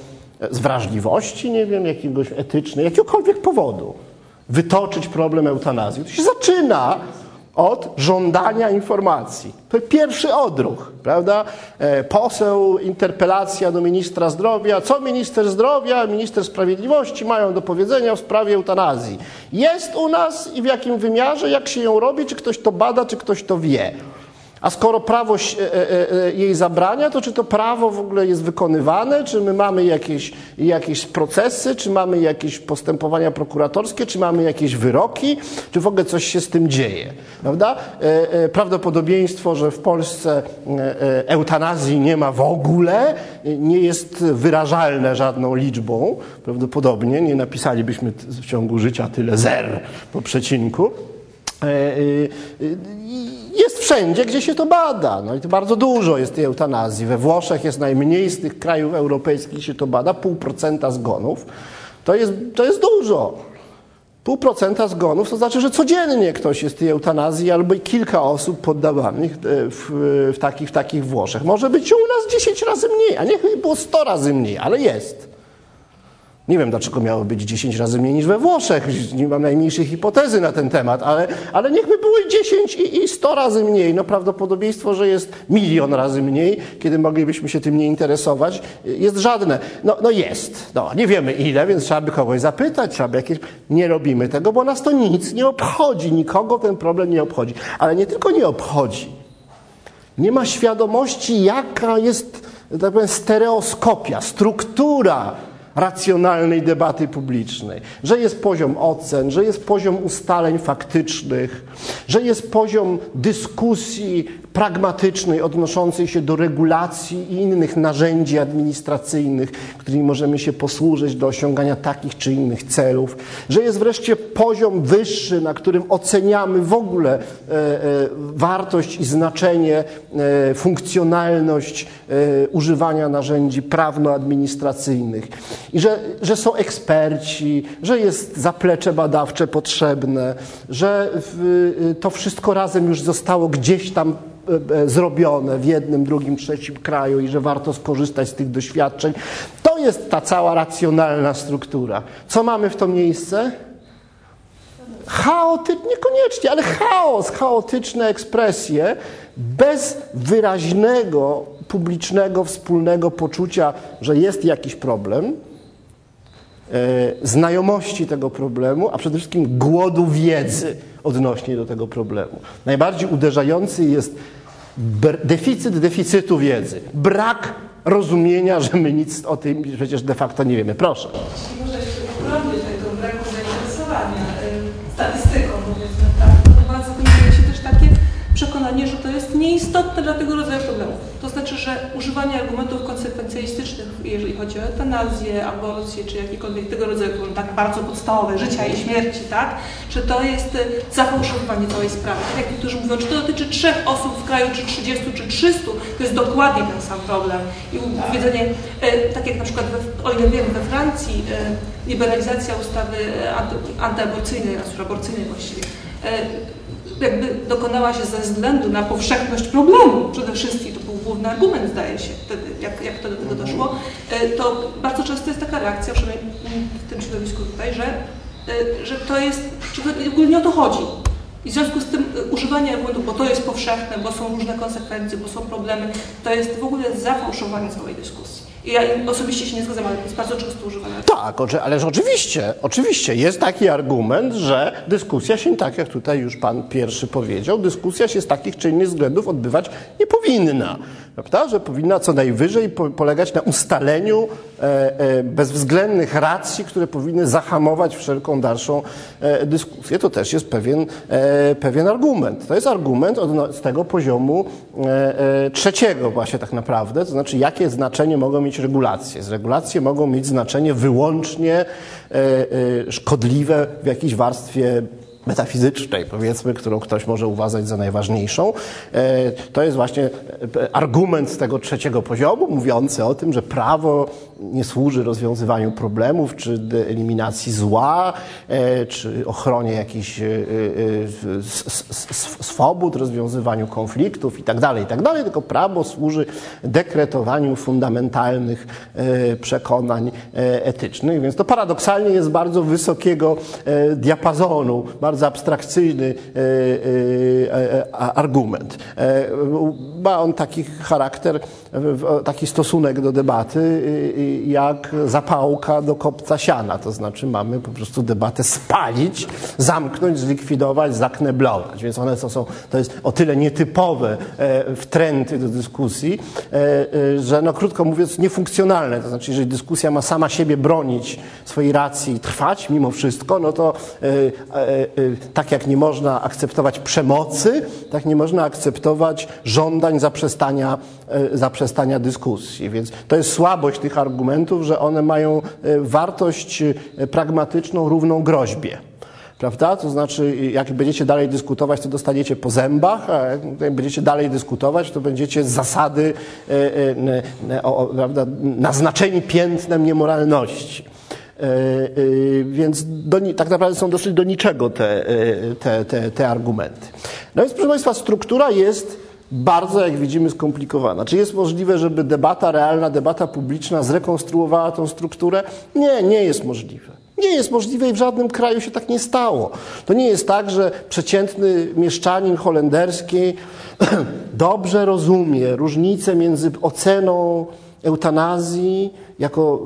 z wrażliwości, nie wiem, jakiegoś etycznej, jakiegokolwiek powodu wytoczyć problem eutanazji, to się zaczyna od żądania informacji. To jest pierwszy odruch, prawda? Poseł, interpelacja do ministra zdrowia. Co minister zdrowia, minister sprawiedliwości mają do powiedzenia w sprawie eutanazji? Jest u nas i w jakim wymiarze, jak się ją robi, czy ktoś to bada, czy ktoś to wie? A skoro prawo jej zabrania, to czy to prawo w ogóle jest wykonywane, czy my mamy jakieś procesy, czy mamy jakieś postępowania prokuratorskie, czy mamy jakieś wyroki, czy w ogóle coś się z tym dzieje, prawda? Prawdopodobieństwo, że w Polsce eutanazji nie ma w ogóle, nie jest wyrażalne żadną liczbą, prawdopodobnie, nie napisalibyśmy w ciągu życia tyle zer po przecinku. Jest wszędzie, gdzie się to bada. No i to bardzo dużo jest tej eutanazji. We Włoszech jest najmniej z tych krajów europejskich się to bada, 0,5% zgonów. To jest dużo. 0,5% zgonów to znaczy, że codziennie ktoś jest tej eutanazji albo i kilka osób poddawanych w takich Włoszech. Może być u nas 10 razy mniej, a niech było 100 razy mniej, ale jest. Nie wiem, dlaczego miało być 10 razy mniej niż we Włoszech. Nie mam najmniejszej hipotezy na ten temat, ale niechby było 10 i 100 razy mniej. No prawdopodobieństwo, że jest 1 000 000 razy mniej, kiedy moglibyśmy się tym nie interesować, jest żadne. No jest. No, nie wiemy ile, więc trzeba by kogoś zapytać, trzeba by jakieś... Nie robimy tego, bo nas to nic nie obchodzi. Nikogo ten problem nie obchodzi. Ale nie tylko nie obchodzi. Nie ma świadomości, jaka jest, tak powiem, stereoskopia, struktura racjonalnej debaty publicznej, że jest poziom ocen, że jest poziom ustaleń faktycznych, że jest poziom dyskusji pragmatycznej odnoszącej się do regulacji i innych narzędzi administracyjnych, którymi możemy się posłużyć do osiągania takich czy innych celów, że jest wreszcie poziom wyższy, na którym oceniamy w ogóle wartość i znaczenie, funkcjonalność używania narzędzi prawno-administracyjnych i że są eksperci, że jest zaplecze badawcze potrzebne, że to wszystko razem już zostało gdzieś tam zrobione w jednym, drugim, trzecim kraju i że warto skorzystać z tych doświadczeń. To jest ta cała racjonalna struktura. Co mamy w to miejsce? Niekoniecznie, ale chaos, chaotyczne ekspresje bez wyraźnego, publicznego, wspólnego poczucia, że jest jakiś problem, znajomości tego problemu, a przede wszystkim głodu wiedzy odnośnie do tego problemu. Najbardziej uderzający jest deficyt deficytu wiedzy. Brak rozumienia, że my nic o tym przecież de facto nie wiemy. Proszę. Może jeszcze poprawię tego braku zainteresowania statystyką, powiedzmy tak. To bardzo kończy się też takie przekonanie, że to jest nieistotne dla tego rodzaju problemów. To znaczy, że używanie argumentów konsekwencjalistycznych, jeżeli chodzi o eutanazję, aborcję, czy jakiekolwiek tego rodzaju problemy, tak bardzo podstawowe, życia i śmierci, tak, że to jest zafałszowanie całej sprawy. Tak jak niektórzy mówią, czy to dotyczy 3 osób w kraju, czy 30, czy 300, to jest dokładnie ten sam problem. I powiedzenie, tak jak na przykład, o ile wiem, we Francji liberalizacja ustawy antyaborcyjnej, aborcyjnej właściwie, jakby dokonała się ze względu na powszechność problemu. Przede wszystkim to był główny argument, zdaje się, wtedy, jak to do tego doszło. To bardzo często jest taka reakcja, przynajmniej w tym środowisku tutaj, że to jest, że to ogólnie o to chodzi. I w związku z tym używanie argumentów, bo to jest powszechne, bo są różne konsekwencje, bo są problemy, to jest w ogóle zafałszowanie całej dyskusji. I ja osobiście się nie zgadzam, ale to jest bardzo często używane. Tak, ależ oczywiście jest taki argument, że dyskusja się, tak jak tutaj już pan pierwszy powiedział, dyskusja się z takich czy innych względów odbywać nie powinna. Prawda? Że powinna co najwyżej polegać na ustaleniu bezwzględnych racji, które powinny zahamować wszelką dalszą dyskusję. To też jest pewien argument. To jest argument z tego poziomu trzeciego właśnie tak naprawdę, to znaczy jakie znaczenie mogą mieć regulacje. Regulacje mogą mieć znaczenie wyłącznie szkodliwe w jakiejś warstwie metafizycznej, powiedzmy, którą ktoś może uważać za najważniejszą. To jest właśnie argument tego trzeciego poziomu, mówiący o tym, że prawo nie służy rozwiązywaniu problemów, czy eliminacji zła, czy ochronie jakichś swobód, rozwiązywaniu konfliktów itd., tylko prawo służy dekretowaniu fundamentalnych przekonań etycznych. Więc to paradoksalnie jest bardzo wysokiego diapazonu, bardzo abstrakcyjny argument. Ma on taki charakter, taki stosunek do debaty, jak zapałka do kopca siana. To znaczy mamy po prostu debatę spalić, zamknąć, zlikwidować, zakneblować. Więc one to jest o tyle nietypowe wtręty do dyskusji, że no krótko mówiąc niefunkcjonalne. To znaczy, jeżeli dyskusja ma sama siebie bronić swojej racji i trwać mimo wszystko, no to tak jak nie można akceptować przemocy, tak nie można akceptować żądań zaprzestania dyskusji. Więc to jest słabość tych argumentów, że one mają wartość pragmatyczną równą groźbie. Prawda? To znaczy, jak będziecie dalej dyskutować, to dostaniecie po zębach, a jak będziecie dalej dyskutować, to będziecie z zasady prawda, naznaczeni piętnem niemoralności. Więc tak naprawdę są dosyć do niczego te argumenty. No więc, proszę Państwa, struktura jest bardzo, jak widzimy, skomplikowana. Czy jest możliwe, żeby realna debata publiczna zrekonstruowała tą strukturę? Nie, nie jest możliwe. Nie jest możliwe i w żadnym kraju się tak nie stało. To nie jest tak, że przeciętny mieszczanin holenderski dobrze rozumie różnicę między oceną eutanazji jako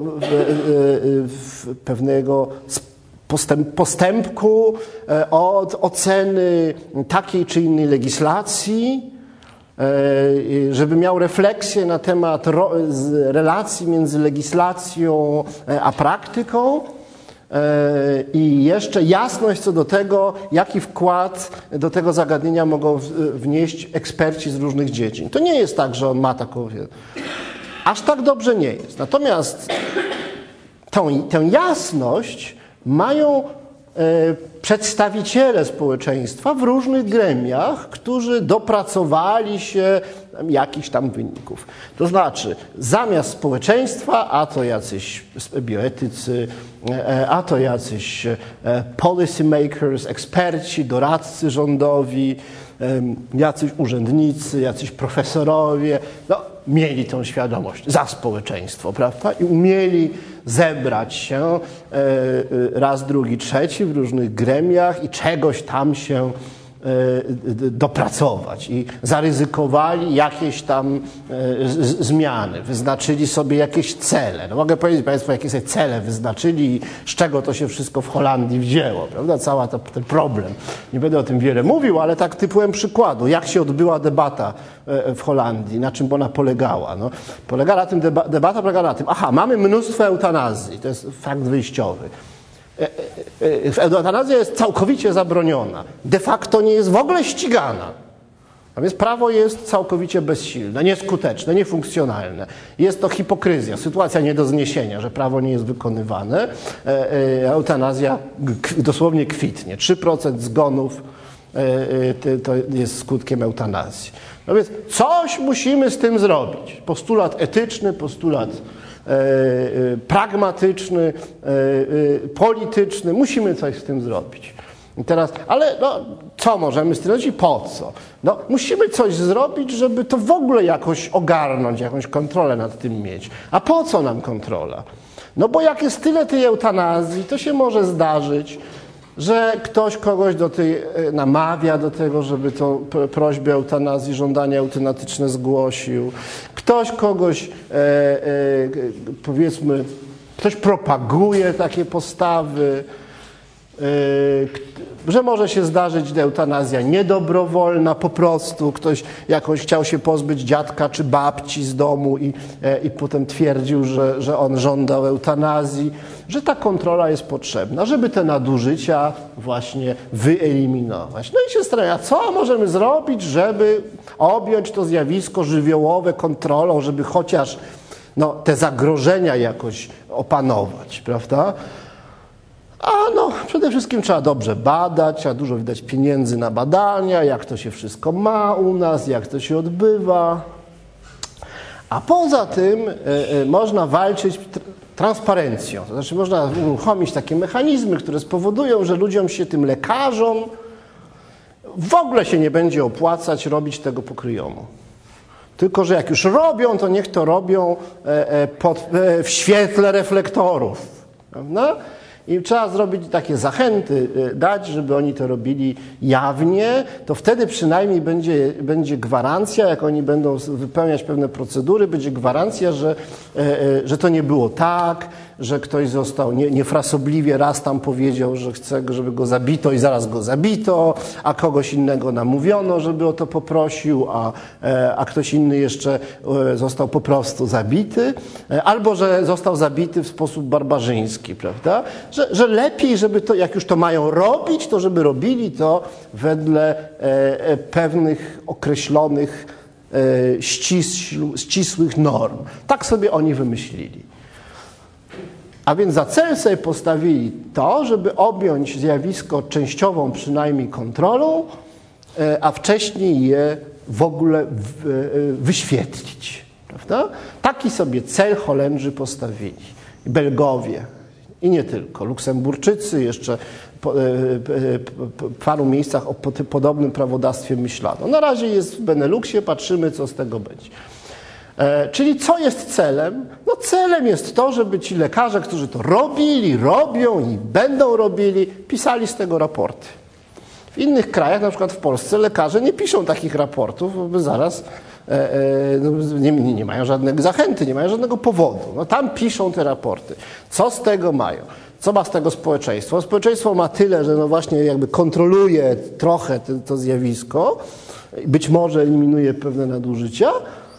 pewnego postępku od oceny takiej czy innej legislacji, żeby miał refleksję na temat relacji między legislacją a praktyką i jeszcze jasność co do tego, jaki wkład do tego zagadnienia mogą wnieść eksperci z różnych dziedzin. To nie jest tak, że on ma taką... Aż tak dobrze nie jest. Natomiast tę jasność mają przedstawiciele społeczeństwa w różnych gremiach, którzy dopracowali się jakichś tam wyników. To znaczy, zamiast społeczeństwa, a to jacyś bioetycy, a to jacyś policy makers, eksperci, doradcy rządowi, jacyś urzędnicy, jacyś profesorowie, no, mieli tą świadomość za społeczeństwo, prawda? I umieli zebrać się raz, drugi, trzeci w różnych gremiach i czegoś tam się dopracować i zaryzykowali jakieś tam zmiany, wyznaczyli sobie jakieś cele. No mogę powiedzieć Państwu, jakie sobie cele wyznaczyli i z czego to się wszystko w Holandii wzięło, prawda? ten problem. Nie będę o tym wiele mówił, ale tak tytułem przykładu, jak się odbyła debata w Holandii, na czym ona polegała. No, debata polegała na tym, mamy mnóstwo eutanazji, to jest fakt wyjściowy. Eutanazja jest całkowicie zabroniona. De facto nie jest w ogóle ścigana. A więc prawo jest całkowicie bezsilne, nieskuteczne, niefunkcjonalne. Jest to hipokryzja, sytuacja nie do zniesienia, że prawo nie jest wykonywane. Eutanazja dosłownie kwitnie. 3% zgonów to jest skutkiem eutanazji. No więc coś musimy z tym zrobić. Postulat etyczny, postulat pragmatyczny, polityczny. Musimy coś z tym zrobić. I teraz, ale no, co możemy z tym zrobić i po co? No, musimy coś zrobić, żeby to w ogóle jakoś ogarnąć, jakąś kontrolę nad tym mieć. A po co nam kontrola? No bo jak jest tyle tej eutanazji, to się może zdarzyć, że ktoś kogoś namawia do tego, żeby tą prośbę eutanazji, żądania eutanatyczne zgłosił. Ktoś kogoś, powiedzmy, ktoś propaguje takie postawy, że może się zdarzyć eutanazja niedobrowolna, po prostu ktoś jakoś chciał się pozbyć dziadka czy babci z domu i potem twierdził, że on żądał eutanazji, że ta kontrola jest potrzebna, żeby te nadużycia właśnie wyeliminować. No i się zastanawia, co możemy zrobić, żeby objąć to zjawisko żywiołowe kontrolą, żeby chociaż te zagrożenia jakoś opanować, prawda? A no, przede wszystkim trzeba dobrze badać, trzeba dużo wydać pieniędzy na badania, jak to się wszystko ma u nas, jak to się odbywa. A poza tym można walczyć transparencją. To znaczy można uruchomić takie mechanizmy, które spowodują, że ludziom się, tym lekarzom, w ogóle się nie będzie opłacać robić tego po kryjomu. Tylko że jak już robią, to niech to robią w świetle reflektorów. Prawda? I trzeba zrobić takie zachęty, dać, żeby oni to robili jawnie, to wtedy przynajmniej będzie gwarancja, jak oni będą wypełniać pewne procedury, będzie gwarancja, że to nie było tak, że ktoś został niefrasobliwie raz tam powiedział, że chce, żeby go zabito i zaraz go zabito, a kogoś innego namówiono, żeby o to poprosił, a ktoś inny jeszcze został po prostu zabity, albo że został zabity w sposób barbarzyński, prawda? Że lepiej, żeby to, jak już to mają robić, to żeby robili to wedle pewnych określonych, ścisłych norm. Tak sobie oni wymyślili. A więc za cel sobie postawili to, żeby objąć zjawisko częściową przynajmniej kontrolą, a wcześniej je w ogóle wyświetlić. Prawda? Taki sobie cel Holendrzy postawili. Belgowie i nie tylko. Luksemburczycy jeszcze w paru miejscach o podobnym prawodawstwie myślano. Na razie jest w Beneluxie, patrzymy, co z tego będzie. Czyli co jest celem? No celem jest to, żeby ci lekarze, którzy to robili, robią i będą robili, pisali z tego raporty. W innych krajach, na przykład w Polsce, lekarze nie piszą takich raportów, bo zaraz nie mają żadnej zachęty, nie mają żadnego powodu. No tam piszą te raporty. Co z tego mają? Co ma z tego społeczeństwo? Społeczeństwo ma tyle, że no właśnie jakby kontroluje trochę to zjawisko, być może eliminuje pewne nadużycia,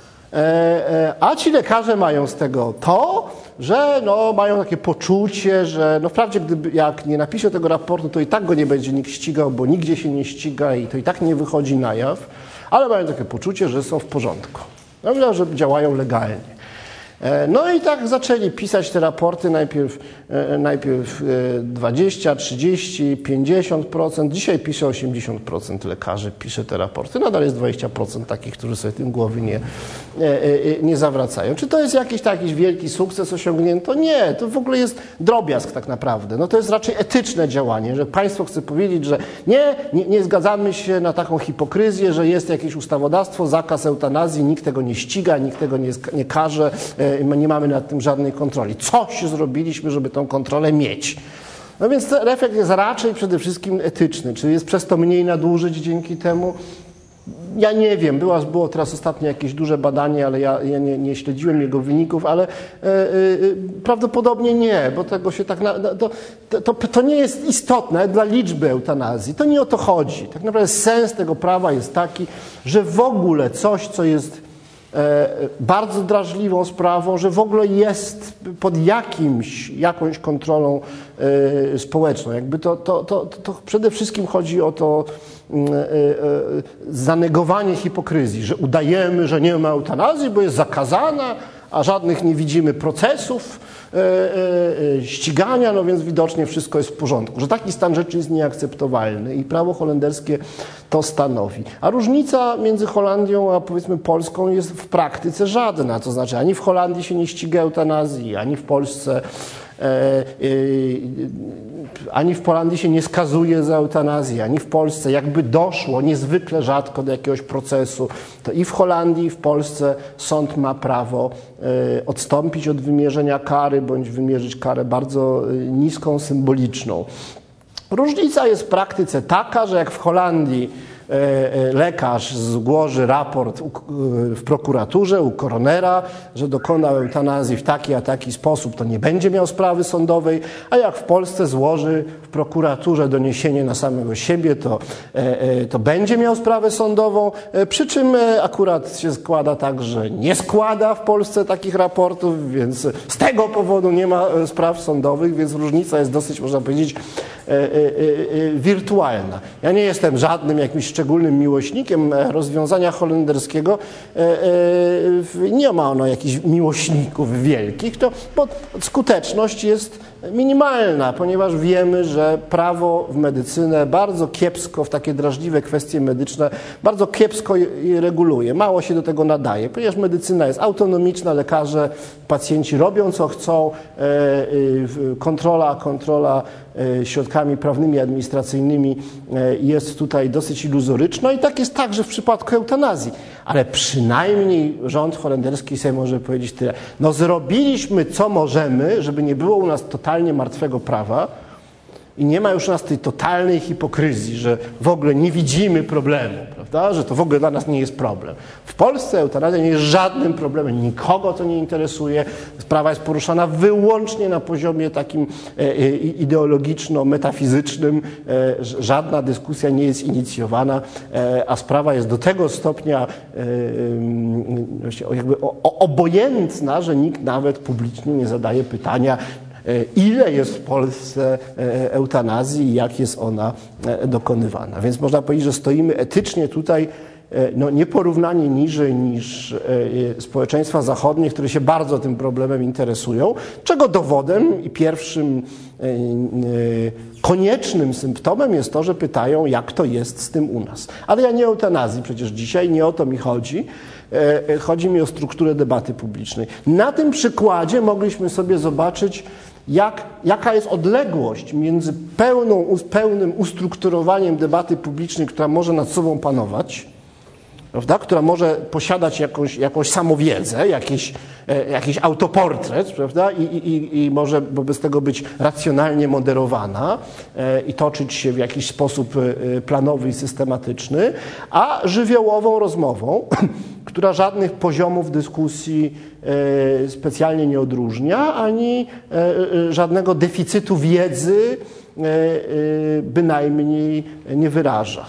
a ci lekarze mają z tego to, że no, mają takie poczucie, że no wprawdzie jak nie napisze tego raportu, to i tak go nie będzie nikt ścigał, bo nigdzie się nie ściga i to i tak nie wychodzi na jaw, ale mają takie poczucie, że są w porządku, prawda, że działają legalnie. No i tak zaczęli pisać te raporty, najpierw 20, 30, 50%. Dzisiaj pisze 80% lekarzy, pisze te raporty. Nadal jest 20% takich, którzy sobie tym głowy nie zawracają. Czy to jest jakiś wielki sukces osiągnięto? Nie, to w ogóle jest drobiazg tak naprawdę. No to jest raczej etyczne działanie, że państwo chce powiedzieć, że nie zgadzamy się na taką hipokryzję, że jest jakieś ustawodawstwo, zakaz eutanazji, nikt tego nie ściga, nikt tego nie karze, nie mamy nad tym żadnej kontroli. Coś zrobiliśmy, żeby tą kontrolę mieć. No więc ten efekt jest raczej przede wszystkim etyczny. Czy jest przez to mniej nadużyć dzięki temu? Ja nie wiem. Było teraz ostatnio jakieś duże badanie, ale ja nie śledziłem jego wyników, ale prawdopodobnie nie, bo tego się tak... To nie jest istotne dla liczby eutanazji. To nie o to chodzi. Tak naprawdę sens tego prawa jest taki, że w ogóle coś, co jest bardzo drażliwą sprawą, że w ogóle jest pod jakąś kontrolą społeczną. Jakby to przede wszystkim chodzi o to zanegowanie hipokryzji, że udajemy, że nie ma eutanazji, bo jest zakazana, a żadnych nie widzimy procesów ścigania, no więc widocznie wszystko jest w porządku. Że taki stan rzeczy jest nieakceptowalny i prawo holenderskie to stanowi. A różnica między Holandią a powiedzmy Polską jest w praktyce żadna. To znaczy ani w Holandii się nie ściga eutanazji, ani w Polsce ani w Holandii się nie skazuje za eutanazję, ani w Polsce. Jakby doszło niezwykle rzadko do jakiegoś procesu, to i w Holandii, i w Polsce sąd ma prawo odstąpić od wymierzenia kary, bądź wymierzyć karę bardzo niską, symboliczną. Różnica jest w praktyce taka, że jak w Holandii lekarz złoży raport w prokuraturze, u koronera, że dokonał eutanazji w taki a taki sposób, to nie będzie miał sprawy sądowej, a jak w Polsce złoży w prokuraturze doniesienie na samego siebie, to będzie miał sprawę sądową, przy czym akurat się składa tak, że nie składa w Polsce takich raportów, więc z tego powodu nie ma spraw sądowych, więc różnica jest dosyć, można powiedzieć, wirtualna. Ja nie jestem żadnym jakimś szczególnym miłośnikiem rozwiązania holenderskiego. Nie ma ono jakichś miłośników wielkich, bo skuteczność jest minimalna, ponieważ wiemy, że prawo w medycynę bardzo kiepsko, w takie drażliwe kwestie medyczne, bardzo kiepsko je reguluje. Mało się do tego nadaje, ponieważ medycyna jest autonomiczna, lekarze, pacjenci robią co chcą, kontrola środkami prawnymi, administracyjnymi jest tutaj dosyć iluzoryczna i tak jest także w przypadku eutanazji. Ale przynajmniej rząd holenderski sobie może powiedzieć tyle. No zrobiliśmy co możemy, żeby nie było u nas totalnie martwego prawa i nie ma już u nas tej totalnej hipokryzji, że w ogóle nie widzimy problemu, prawda? Że to w ogóle dla nas nie jest problem. W Polsce eutanazja nie jest żadnym problemem, nikogo to nie interesuje. Sprawa jest poruszana wyłącznie na poziomie takim ideologiczno-metafizycznym. Żadna dyskusja nie jest inicjowana, a sprawa jest do tego stopnia jakby obojętna, że nikt nawet publicznie nie zadaje pytania, ile jest w Polsce eutanazji i jak jest ona dokonywana. Więc można powiedzieć, że stoimy etycznie tutaj nieporównanie niżej niż społeczeństwa zachodnie, które się bardzo tym problemem interesują, czego dowodem i pierwszym koniecznym symptomem jest to, że pytają, jak to jest z tym u nas. Ale ja nie o eutanazji przecież dzisiaj, nie o to mi chodzi. Chodzi mi o strukturę debaty publicznej. Na tym przykładzie mogliśmy sobie zobaczyć, jaka jest odległość między pełnym ustrukturowaniem debaty publicznej, która może nad sobą panować, prawda? Która może posiadać jakąś samowiedzę, jakiś autoportret, prawda? I może wobec tego być racjonalnie moderowana i toczyć się w jakiś sposób planowy i systematyczny, a żywiołową rozmową, która żadnych poziomów dyskusji specjalnie nie odróżnia, ani żadnego deficytu wiedzy bynajmniej nie wyraża.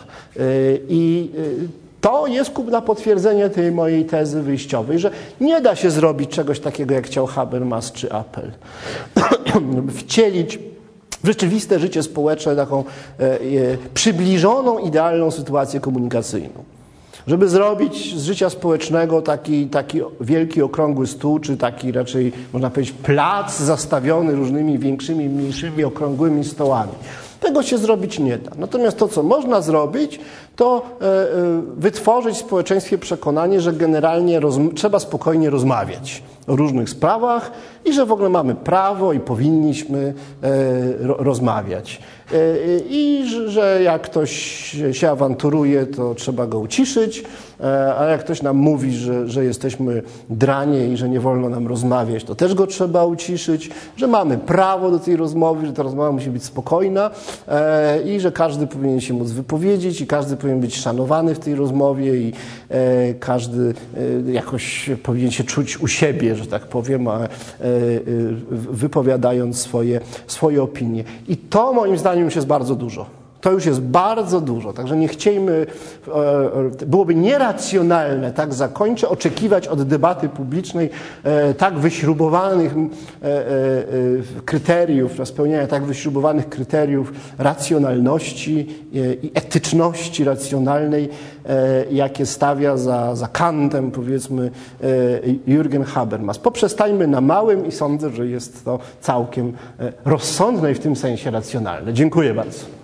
To jest na potwierdzenie tej mojej tezy wyjściowej, że nie da się zrobić czegoś takiego, jak chciał Habermas czy Appel. Wcielić w rzeczywiste życie społeczne taką przybliżoną, idealną sytuację komunikacyjną. Żeby zrobić z życia społecznego taki wielki, okrągły stół, czy taki raczej, można powiedzieć, plac zastawiony różnymi większymi, mniejszymi, okrągłymi stołami. Tego się zrobić nie da. Natomiast to, co można zrobić, to wytworzyć w społeczeństwie przekonanie, że generalnie trzeba spokojnie rozmawiać o różnych sprawach i że w ogóle mamy prawo i powinniśmy rozmawiać. I że jak ktoś się awanturuje, to trzeba go uciszyć, a jak ktoś nam mówi, że jesteśmy dranie i że nie wolno nam rozmawiać, to też go trzeba uciszyć, że mamy prawo do tej rozmowy, że ta rozmowa musi być spokojna i że każdy powinien się móc wypowiedzieć i każdy powinien być szanowany w tej rozmowie i każdy jakoś powinien się czuć u siebie, że tak powiem, wypowiadając swoje opinie. I to moim zdaniem już jest bardzo dużo. To już jest bardzo dużo, także nie chciejmy, byłoby nieracjonalne, tak zakończę, oczekiwać od debaty publicznej tak wyśrubowanych kryteriów, spełniania tak wyśrubowanych kryteriów racjonalności i etyczności racjonalnej, jakie stawia za kantem, powiedzmy, Jürgen Habermas. Poprzestańmy na małym i sądzę, że jest to całkiem rozsądne i w tym sensie racjonalne. Dziękuję bardzo.